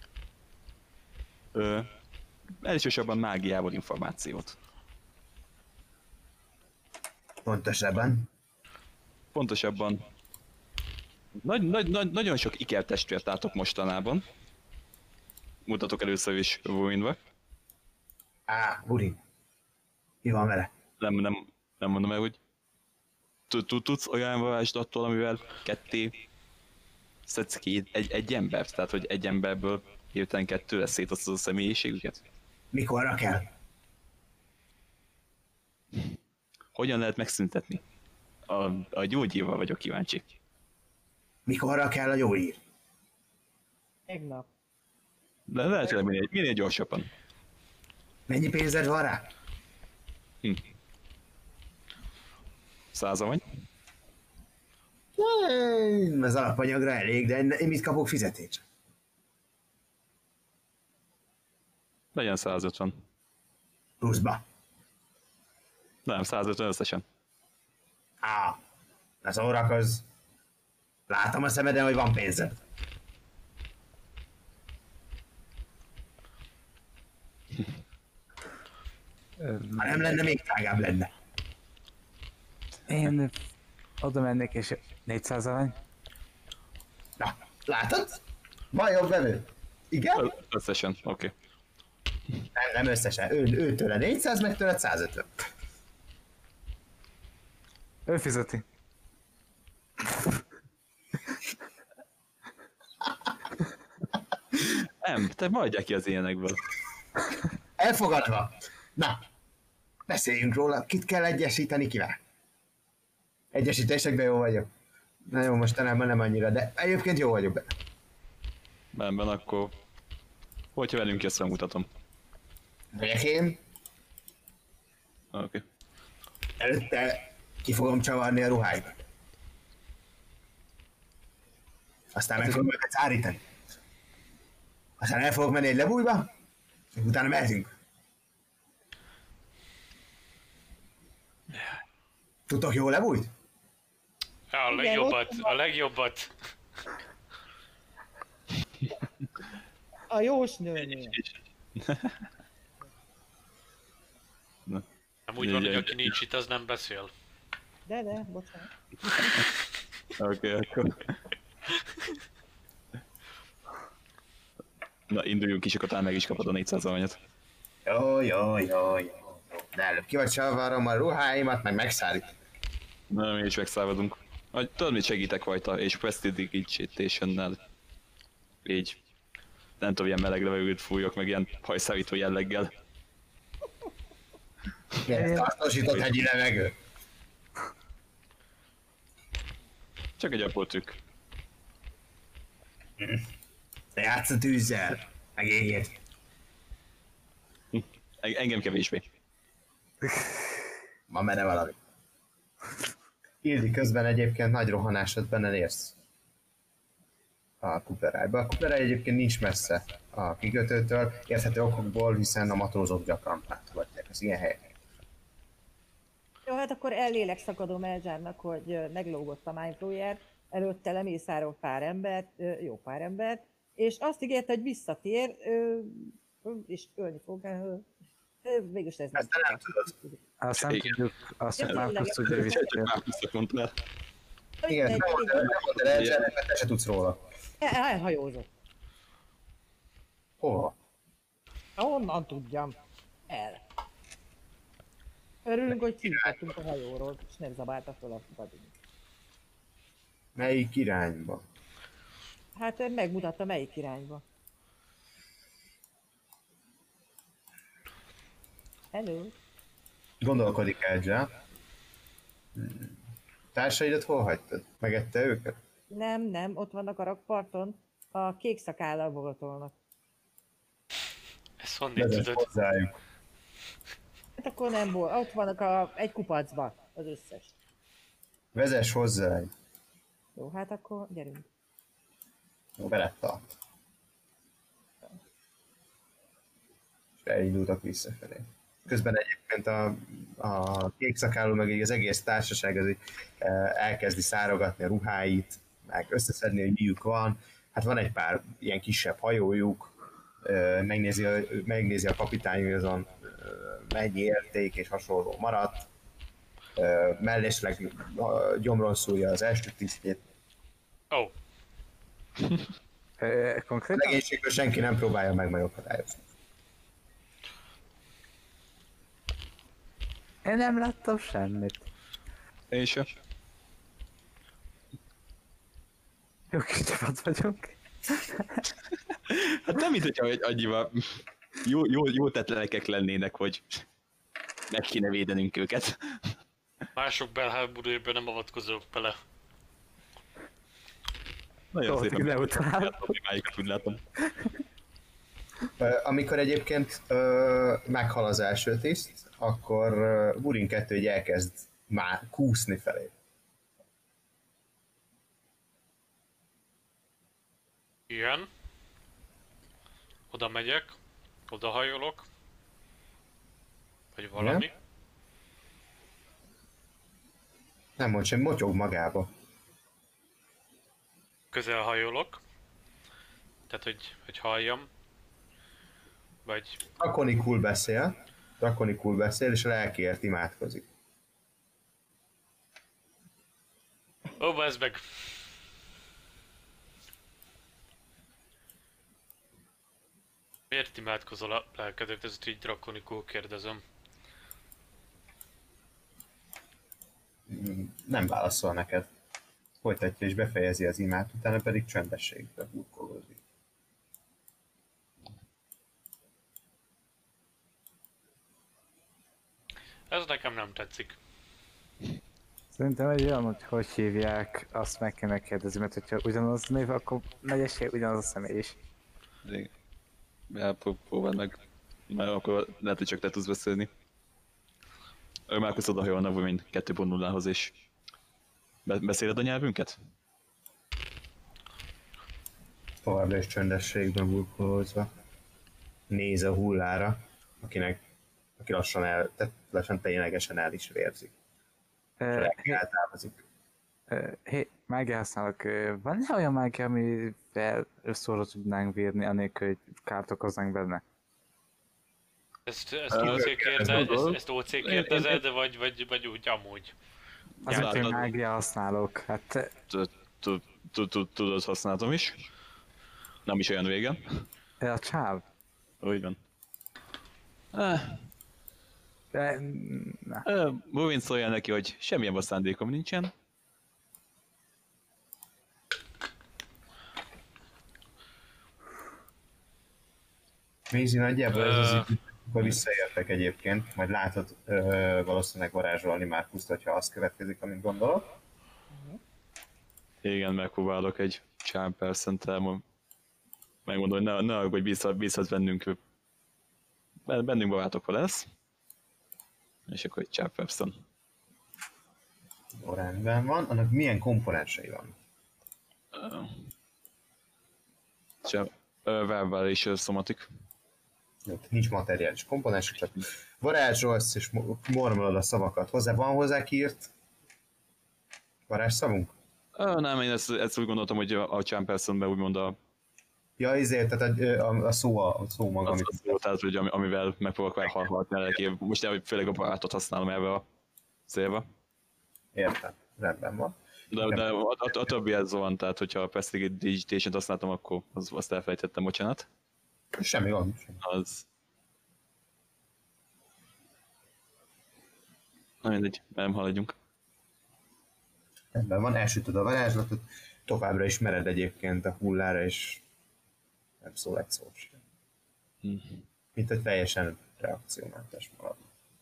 Elsősorban mágiával információt. Pontosabban nagyon sok ikertestvért látok mostanában. Mutatok először is Ruinba. Burin. Mi van vele? Nem mondom el, hogy tudsz olyan varázslattól, amivel ketté szedsz ki egy embert? Tehát, hogy egy emberből hirtelen kettőre szétosztod a személyiségüket? Mikorra kell? Hogyan lehet megszüntetni? A gyógyírval vagyok kíváncsi. Mikorra kell a gyógyír? Tegnap. De lehet, hogy minél gyorsabban. Mennyi pénzed van rá? 100 vagy? Az alapanyagra elég, de én mit kapok fizetést? Legyen 150. Pluszba. Nem, 150 összesen. Ne szórakozz. Látom a szemeden, hogy van pénzed. Ha nem lenne, még drágább lenne. Én oda mennék és 400 arany. Na, látod? Van jobb vevő. Igen? Összesen, oké. Nem összesen. Őtől a 400, meg tőled 150. Ő fizeti. Nem, te majdják ki az ilyenekből. Elfogadva. Na, beszéljünk róla. Kit kell egyesíteni kivel? Egyesítésekben jó vagyok. Na jó, mostanában nem annyira, de egyébként jó vagyok benne. Benben akkor... Hogyha velünk jössz, mutatom. Megyek én, Oké. előtte ki fogom csavarni a ruháimat. Aztán meg fogom őket szárítani. Aztán el fogok menni egy lebújba, és utána mehetünk. Tudtok jó lebújt? A legjobbat. A jósnőnél. Nem úgy van, hogy aki nincs itt, az nem beszél. De, bocsánat. Oké, akkor... Na, induljunk is, akkor talán meg is kapod a 400 aranyat. Jó. De előbb ki vagy csavarrom a ruháimat, meg megszállít. Nem, mi is megszállodunk. Tudod, mit segítek rajta, és prestidigitation-nel. Így. Nem tudom, ilyen meleg levegőt fújok, meg ilyen hajszárító jelleggel. Tartósított hegyi levegő. Csak egy apró trükk. Te játsz a tűzzel, meg égét. Engem kevésbé. Ma menne valami. Ildi, közben egyébként nagy rohanásodban elérsz a Kuperájba. A Kuperáj egyébként nincs messze a kikötőtől, érthető okokból, hiszen a matrózok gyakran látogatják az ilyen helyeket. Jó, hát akkor ellélegszakadom Elzsárnak, hogy meglógott a Mindflower, előtte lemészárol pár embert, jó pár embert, és azt ígérte, hogy visszatér, és ölni fog. Végülis ez nem. Ezt nem tudod. Azt nem Igen. tudjuk, azt Ja, már tényleg. azt tudja Csak visszatérni. már visszakontra el. Igen, nem mondtad el, mert te se tudsz róla. Elhajózott. Hova? Honnan tudjam? El. Örülünk, hogy kijutott a hajóról, és nem zabálta fel a vadin. Melyik irányba? Hát megmutatta melyik irányba. Hello. Gondolkodik Elzsá. Társaidat hol hagytad? Megette őket? Nem, ott vannak a rakparton, a kék szakállal bogatolnak. Ezt honnét Vezess tudod? hozzájuk. Hát akkor nem volt, ott vannak egy kupacba az összes. Vezess hozzájuk. Jó, hát akkor gyerünk. Veled tart. És elindultak visszafelé. Közben egyébként a kék szakálló, meg így az egész társaság az így, elkezdi szárogatni a ruháit, meg összeszedni, hogy miük van. Hát van egy pár ilyen kisebb hajójuk, megnézi a kapitány, hogy azon mennyi érték és hasonló maradt. Mellésleg gyomron szúrja az első tisztjét. Ó, Konkrétan? Legénységből senki nem próbálja meg megakadályozni. Én nem láttam semmit. Én sem. Jó kis csapat vagyunk. Hát nem mint hogyha annyival jó tett lelkek lennének, hogy meg kéne védenünk őket. mások belháborújában nem avatkozok bele. Nagyon Jó, szépen neutrál. a problémáikat, úgy látom. Amikor egyébként meghal az első tiszt, akkor Burin 2 így elkezd már kúszni felé. Igen. Oda megyek, oda hajolok. Vagy valami. Igen? Nem mond sem, motyog magába. Közel hajolok. Tehát, hogy halljam. Vagy Drakonikul beszél, és a lelkiért imádkozik. ó, bazd meg! Miért imádkozol a lelkedek, ez így drakonikul kérdezem. Nem válaszol neked. Folytatja és befejezi az imát, utána pedig csöndességbe burkolózik. Ez nekem nem tetszik. Szerintem egy olyan, hogy hívják, azt meg kéne kérdezni, mert hogyha ugyanaz név, akkor nagy esély ugyanaz a személy is. Próbáld meg. Mert akkor lehet, hogy csak te tudsz beszélni. Ő már oda hajolna, mint 2.0-hoz, és beszéled a nyelvünket? Továbbra is csöndességben burkolózva. Néz a hullára, aki lassan ténylegesen el is vérzik. Eltávozik. Hé, mágia használok. Van-e olyan mágia, amivel szóra tudnánk bírni, anélkül, hogy kárt okoznánk benne? Ezt OC kérdezed, vagy úgy amúgy? Azért, hogy mágia használok. Hát Tudod, használtam is. Nem is olyan régen. a csáv. Úgy van. De, na. Bovin szólja neki, hogy semmilyen rossz szándékom nincsen. Mézi nagyjából ez az idő, akkor visszaértek egyébként, majd látod valószínűleg varázsolni Márkuszt, hogyha az következik, amit gondolok. Igen, megpróbálok egy charm percent megmondom, hogy ne hogy bízhat bennünk bennünk barátokra lesz. És akkor egy Charpepson. Jó, rendben van. Annak milyen komponensei van? Verbal és Somatic. Jó, nincs materiális komponens, csak varázsolsz és mormolod a szavakat. Van hozzá kiírt varázsszavunk? Nem, én ezt úgy gondoltam, hogy a Charpepsonben úgymond Ja, ezért, tehát a szó maga, az szó, tehát, hogy amivel megpróbálok meghalhatni, most nem, hogy főleg a barátot használom erre a célba. Értem, rendben van. De a többi ez van, tehát hogyha a Prestidigitation-t használtam, akkor azt elfelejtettem, bocsánat. Semmi gond. Az... Na mindegy, nem haladjunk. Rendben van, elsütöd a varázslatot, továbbra is mered egyébként a hullára, és nem szól egy szó sem. Mint hogy teljesen reakciómentes marad.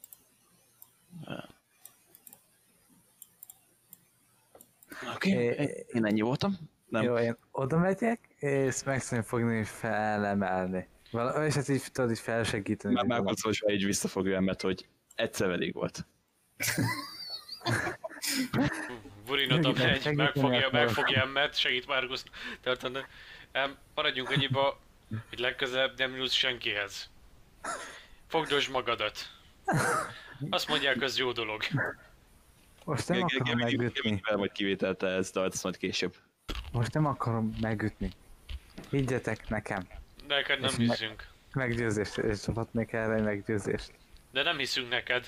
Oké, én ennyi voltam. Nem. Jó, én oda megyek, és meg szeretném fogni felemelni. És ezt így tudod így felsegíteni. Már Márkusz így visszafogja mert hogy egyszer elég volt. Burinota megy, megfogja Emmet, segít Márkusz tartani. Maradjunk annyiba, hogy legközelebb nem nyúlsz senkihez. Fogdosd magadat. Azt mondják, az jó dolog. Most nem akarom megütni. Vagy kivételte ezt, de azt majd később. Most nem akarom megütni. Higgyetek nekem. Neked nem hiszünk. Meggyőzést, és csapatnék erre egy meggyőzést. De nem hiszünk neked.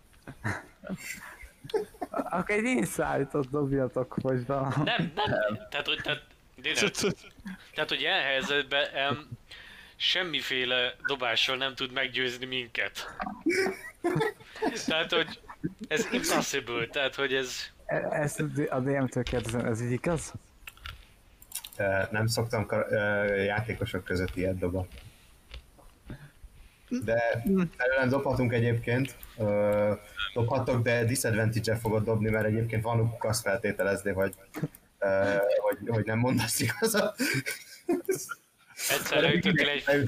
Akkor egy insight-ot dobjatok, vagy valami. Nem. Tehát, hogy ilyen helyzetben semmiféle dobással nem tud meggyőzni minket. Tehát, hogy ez impossible, tehát, hogy ez... Ezt a DM-től kérdezem, ez így igaz? Nem szoktam játékosok között ilyet dobni. De előlem dobhatunk egyébként. Dobhatok, de disadvantage-el fogod dobni, mert egyébként vanuk azt feltételezni, hogy nem mondasz igazat. Egyszerre ütöttél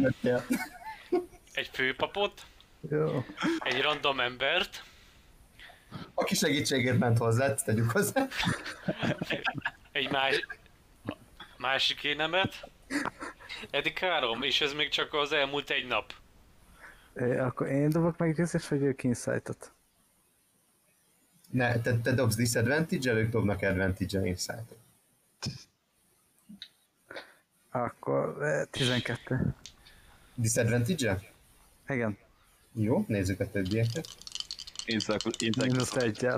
egy főpapot, Jó. egy random embert, Aki segítségért ment hozzá, tegyük hozzá. egy másik énemet, eddig 3, és ez még csak az elmúlt egy nap. Akkor én dobok meggyőzést, vagy ők insight-ot? Ne, te dobsz disadvantage-el, ők dobnak advantage-el insight-ot. Akkor 12. Disadvantage-el? Igen, Jó, nézzük a többieket. mínusz 1-jel.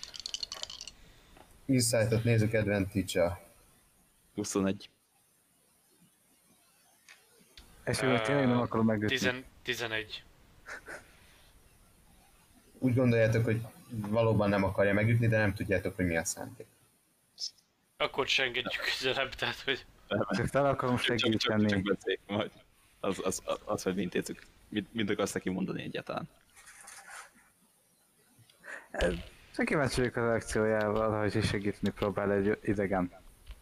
Insight-ot nézzük advantage-el. 21. És én tényleg nem akarom megütni. 11. Úgy gondoljátok, hogy valóban nem akarja megütni, de nem tudjátok, hogy mi a szándék. Akkor se engedjük közelebb, tehát hogy... Csak fel akarom segíteni. Csak beszéljük majd. Az, hogy intézzük. Mit akarsz neki mondani egyáltalán? Csak kíváncsi vagyok a reakciójával, hogy segíteni próbál egy idegen.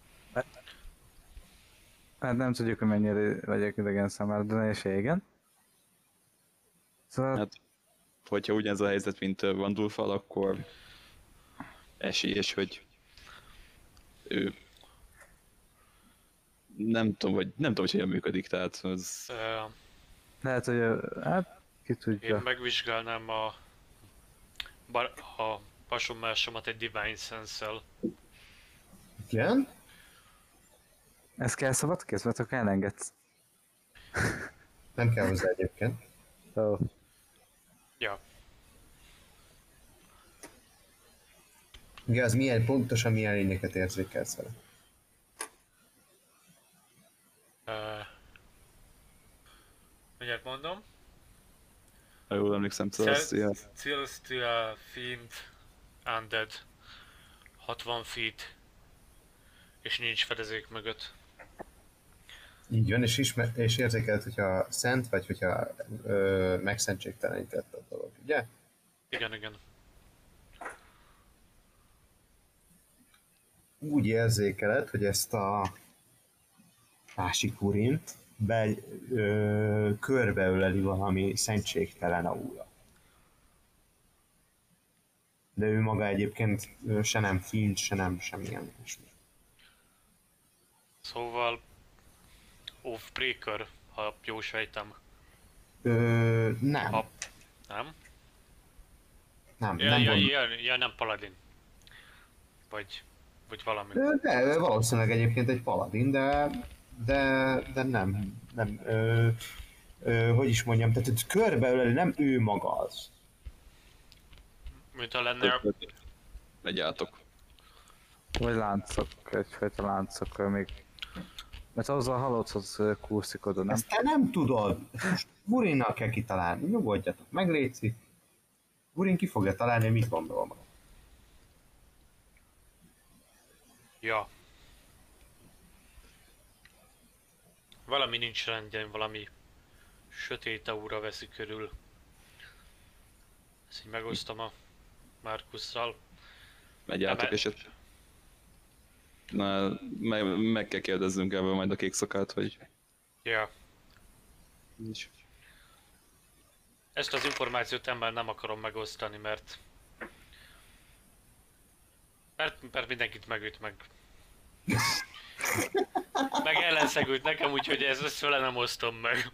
Hát nem tudjuk, hogy mennyire vagyok idegen számára, de nehézség, igen. Szóval... Hát, hogyha ugyanez a helyzet, mint Vandulfal, akkor esélyes, hogy ő nem tudom, hogy hogyan működik, tehát az... Lehet, hogy hát ki tudja. Én megvizsgálnám a pasonmásomat egy Divine Sense-el. Igen? Ez kell szabad kézben, akkor elengedsz. Nem kell hozzá egyébként. Oh. Ja. Igen, az pontosan milyen lényeket érzékelsz vele. Mindjárt mondom. Ha jól emlékszem, szóval Celestial Fiend Undead 60 feet és nincs fedezék mögött. Így van, és érzékelt, hogyha szent, vagy hogyha megszentségtelenített a dolog, ugye? Igen. Úgy érzékeled, hogy ezt a másik urint körbeöleli valami szentségtelen aura. De ő maga egyébként se nem fiend, se nem semmilyen ismi. Szóval Oathbreaker, ha jól sejtem. Nem. Ha... Nem? Nem, Ja, nem ja, gond... ja, nem paladin. Vagy valami. De valószínűleg egyébként egy paladin, de nem. Hogy is mondjam, tehát körbeöleli, nem ő maga az. Mint ha lenne... Megyátok. Vagy láncok, egyfajta láncok még. Mert azzal halotthoz kúszik oda, nem? Ezt te nem tudod. Most Burinnal kell kitalálni. Nyugodjatok, megléci. Burin ki fogja találni, hogy mit gondol maga. Ja. Valami nincs rendjén, valami sötét aura veszi körül. Ezt így megosztom a Markusszal. Megyátok, és na, meg kell kérdezzünk ebből majd a kék szakát, hogy... Ja. Ezt az információt ember nem akarom megosztani, mert mindenkit megüt meg. Meg ellenszegült nekem, úgyhogy ezt vele nem osztom meg.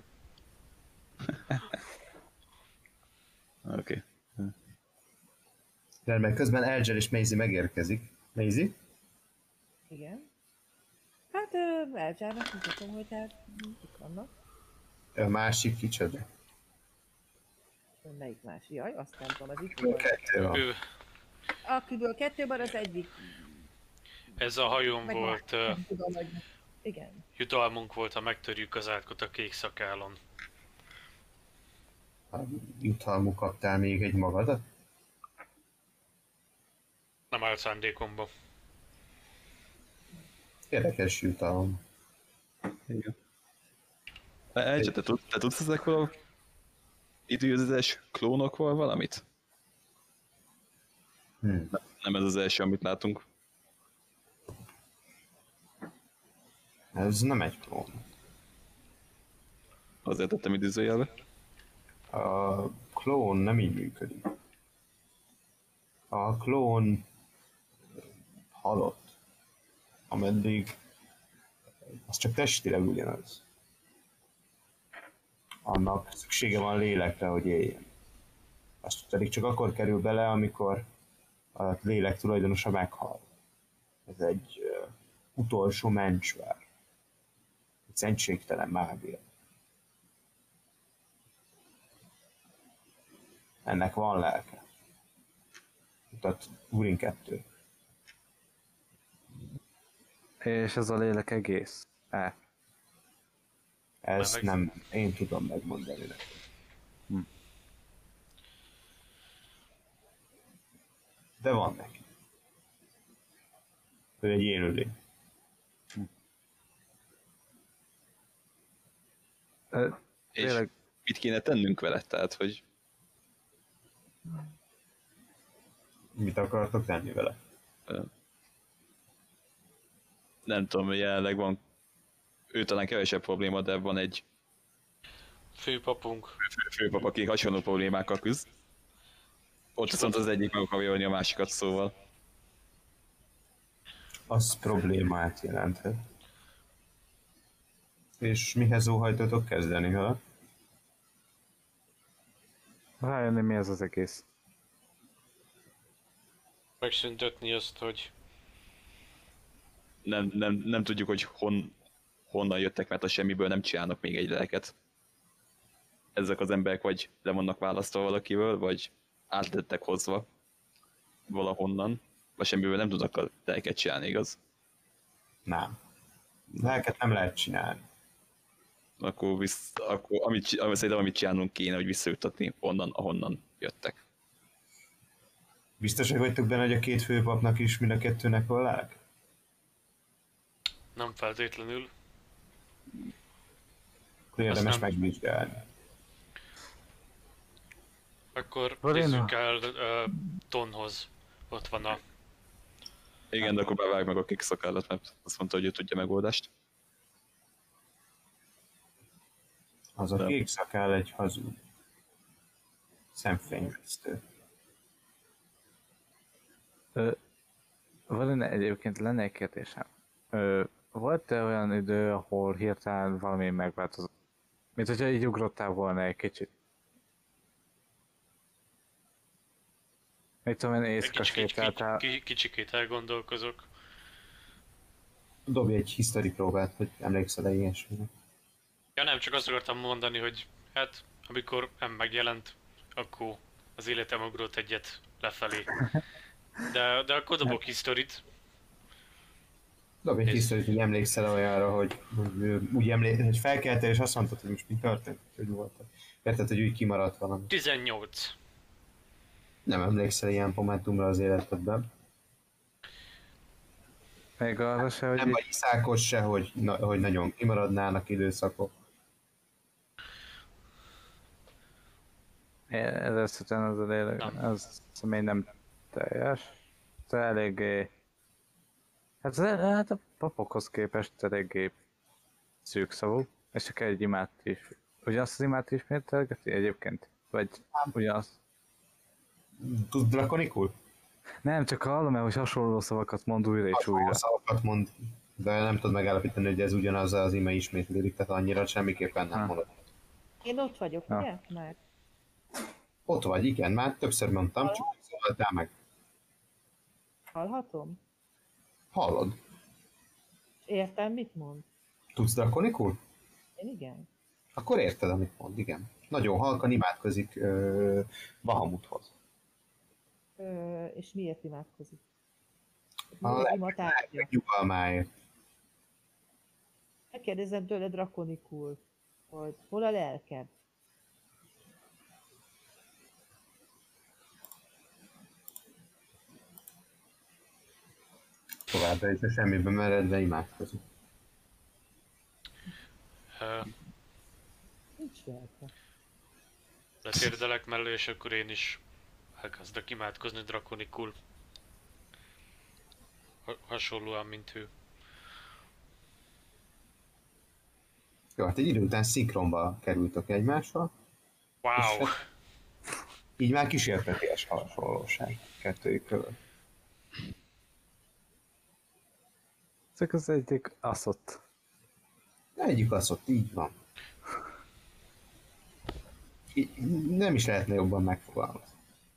Oké. Rendben, közben Elger és Maisie megérkezik. Maisie? Igen. Hát Elzsárnak mutatom, hogy hát itt vannak. A másik kicsoda. Melyik más? Jaj, azt nem tudom, az itt volt. Kettő van. Ő, Akiből kettő van, az egyik. ez a hajón Meg volt, nem tudom, hogy... Igen. jutalmunk volt, ha megtörjük az átkot a kék szakálon. Jutalmú kaptál még egy magadat? Nem állt szándékomba. Érdekes jutalom. Igen. Egy, te tudsz ezekről a időzítés klónokról valamit? Nem ez az első, amit látunk. Ez nem egy klón. Azért tettem idézőjelbe. A klón nem így működik. A klón halott. Ameddig az csak testileg ugyanaz. Annak szüksége van lélekre, hogy éljen. Azt pedig csak akkor kerül bele, amikor a lélek tulajdonosa meghal. Ez egy utolsó mencsvár. Egy szentségtelen mágia. Ennek van lelke. Mutat Urin 2. És ez a lélek egész. Ezt nem én tudom megmondani neked. De van neki. Ő egy élőlény. És Tényleg, mit kéne tennünk vele? Tehát, hogy Mit akartok tenni vele? nem tudom, jelenleg van, ő talán kevesebb probléma, de van egy Főpapunk. főpap, aki hasonló problémákkal küzd. Ott viszont az egyik meg akarja ölni a másikat, szóval. Az problémát jelenthet. És mihez óhajtotok kezdeni vele? rájönni mi ez az egész. Megszüntetni azt, hogy Nem tudjuk, hogy honnan jöttek, mert a semmiből nem csinálnak még egy lelket. Ezek az emberek vagy le vannak választva valakiből, vagy átlettek hozva valahonnan. A semmiből nem tudnak a lelket csinálni, igaz? Nem. Lelket nem lehet csinálni. Akkor szerintem amit csinálnunk kéne, hogy visszajuttatni onnan, ahonnan jöttek. Biztosak vagytok benne, hogy a két főpapnak is mind a kettőnek van lelke? nem feltétlenül. Akkor érdemes nem. megvizsgálni. Akkor Varina. nézzük el Tonhoz. Ott van a... Igen, de akkor bevág meg a kék szakállat, mert azt mondta, hogy ő tudja megoldást. Az a kék szakál egy hazug. Szemfényvesztő. Valami egyébként lenne egy kérdésem. Volt-e olyan idő, ahol hirtelen valami megváltozott? Mint hogyha így ugrottál volna egy kicsit. Mit tudom én, éjszaka sétáltál. Kicsikét elgondolkozok. Dobj egy history próbát, hogy emlékszel-e ilyesmire. Ja nem, csak azt akartam mondani, hogy hát amikor M megjelent, akkor az életem ugrott egyet lefelé. De akkor dobok historit. Dobj egy Ez- history, hogy emlékszel olyanra, hogy hogy felkeltél és azt mondtad, hogy most mi történt, hogy volt. Érted, hogy úgy kimaradt valami. 18. Nem emlékszel ilyen momentumra az életedben. Még arra se, hogy Nem vagy iszákos se, hogy nagyon kimaradnának időszakok. ez esetben az a lélek, Nem. az még nem teljes. De eléggé... Hát a papokhoz képest eléggé szűkszavú, és csak egy imát is. Ugyanazt az imát ismételgeti egyébként? Vagy ugyanazt? Tudsz drakonikul? Nem, csak hallom el, hogy hasonló szavakat mond újra és újra. Szavakat mond, de nem tudod megállapítani, hogy ez ugyanaz az ime ismétlődik, tehát annyira semmiképpen nem Ha. mondod. Én ott vagyok, Ja. ugye? Már. Ott vagy, igen, már többször mondtam, csak nem szólaltál meg. Hallhatom? Hallod? Értem, mit mond? Tudsz drakonikul? Én igen. Akkor érted, amit mond, igen. Nagyon halkan imádkozik Bahamuthoz. És miért imádkozik? A Miért ima tárgya? nyugalmáért. Megkérdezem tőle drakonikul, hogy hol a lelked? Továbbra is a semmiben meredve imádkozik. Ö, Nincs lelke. Letérdelek mellé, és akkor én is elkezdek imádkozni drakonikul. Hasonlóan, mint ő. Jó, hát egy idő után szinkronba kerültök egymásra, Wow! így már kísérteties hasonlóság kettőjük között. Csak az egyik aszott. Egyik az ott, így van. Nem is lehetne jobban megfogalmazni.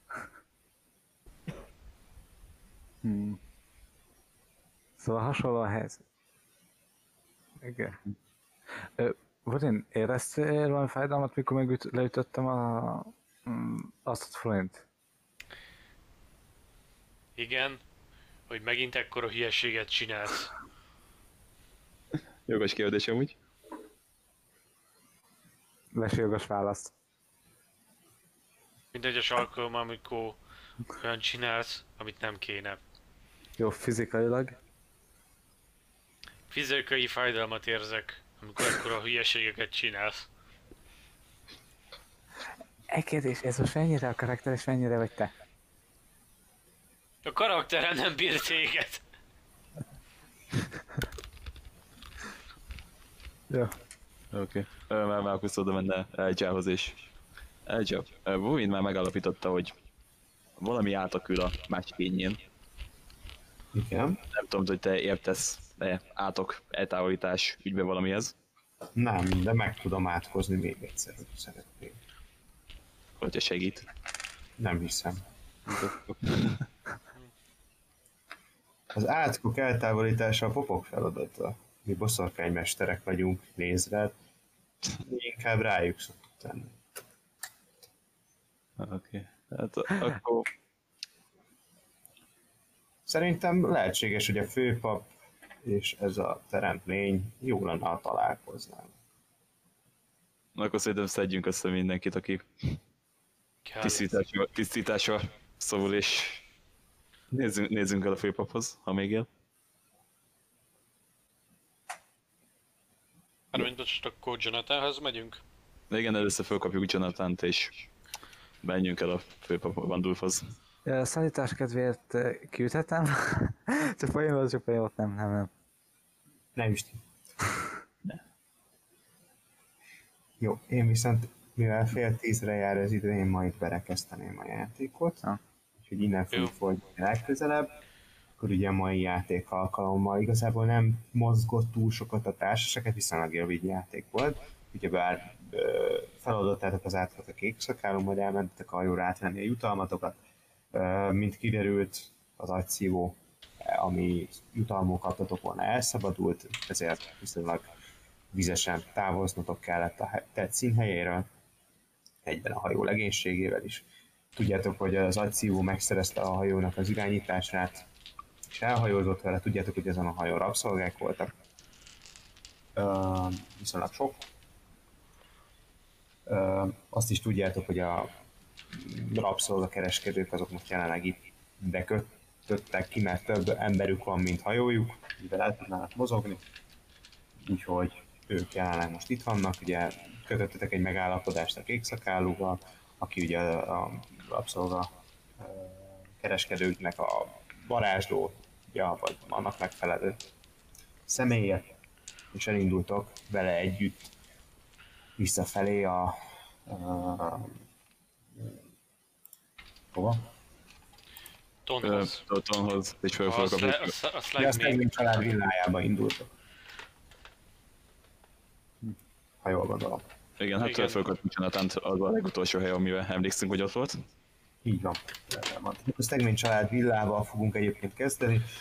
Szóval hasonló a helyzet. Igen. Varin, éreztél valami fájdalmat, mikor leütöttem azt a flint? Igen, hogy megint ekkora hülyeséget csinálsz. Jogos kérdés amúgy. Lesjogos válasz. Mint egyes alkalommal, amikor olyan csinálsz, amit nem kéne. Jó, fizikailag. Fizikai fájdalmat érzek, amikor ekkora hülyeségeket csinálsz. Egy kérdés, ez most mennyire a karakter, és mennyire vagy te? A karakterem nem bír téged. Jó. Oké. Már akkor oda menne Eljához és Elja. Bovin már megállapította, hogy valami átakül a másik ényén. Igen. Nem tudom, hogy te értesz átok eltávolítás ügybe valamihez. Nem, de meg tudom átkozni még egyszer, hogy szeretnék. Hogyha segít. Nem hiszem. Az átkok eltávolítása a popok feladata. Mi boszorkánymesterek vagyunk, nézd rád. Mi inkább rájuk szoktuk tenni. Oké. Hát akkor Szerintem lehetséges, hogy a főpap és ez a teremtmény jó lenne, ha találkoznánk. szerintem szedjünk össze mindenkit, aki tisztításra szól, és nézzünk el a főpaphoz, ha még él. Mert most akkor Jonathanhez megyünk? De igen, először felkapjuk Jonathant, és menjünk el a főpap Vandulfhoz. Szállítás kedvéért kiüthetem? Csak folyamat, nem. Nem is. Jó, én viszont, mivel fél 10-re jár az idő, én ma itt berekezteném a játékot. Ja. Úgyhogy innen Jó. fogjuk folytatni legközelebb. Akkor ugye a mai játék alkalommal igazából nem mozgott túl sokat a társaságot, viszonylag rövid játék volt. Ugyebár feladottátok az átkot a kék szakálon, majd elmentetek a hajóra átvenni a jutalmatokat. Mint kiderült, az agyszívó, ami jutalmul kaptatok volna, elszabadult, ezért viszonylag vizesen távoznotok kellett a tett színhelyéről, egyben a hajó legénységével is. Tudjátok, hogy az agyszívó megszerezte a hajónak az irányítását, és elhajózott vele, tudjátok, hogy ezen a hajón rabszolgák voltak. Viszonylag sok. Azt is tudjátok, hogy a rabszolgakereskedők azok most jelenleg itt bekötöttek ki, mert több emberük van, mint hajójuk, mivel el tudnának mozogni. Úgyhogy ők jelenleg most itt vannak, ugye kötöttetek egy megállapodást a kékszakálúval, aki ugye a rabszolga kereskedőknek a varázslója, vagy annak megfelelő személye, és elindultok vele együtt visszafelé hova? Tonhoz. Tonhoz, és A fölfölkapjuk. Ja, azt még család villájába indultok. Ha jól gondolom. Igen, hát Igen. fölkapjuk Jonathant, az a legutolsó hely, amivel emlékszünk, hogy ott volt. Így van. A Stegmény család villával fogunk egyébként kezdeni.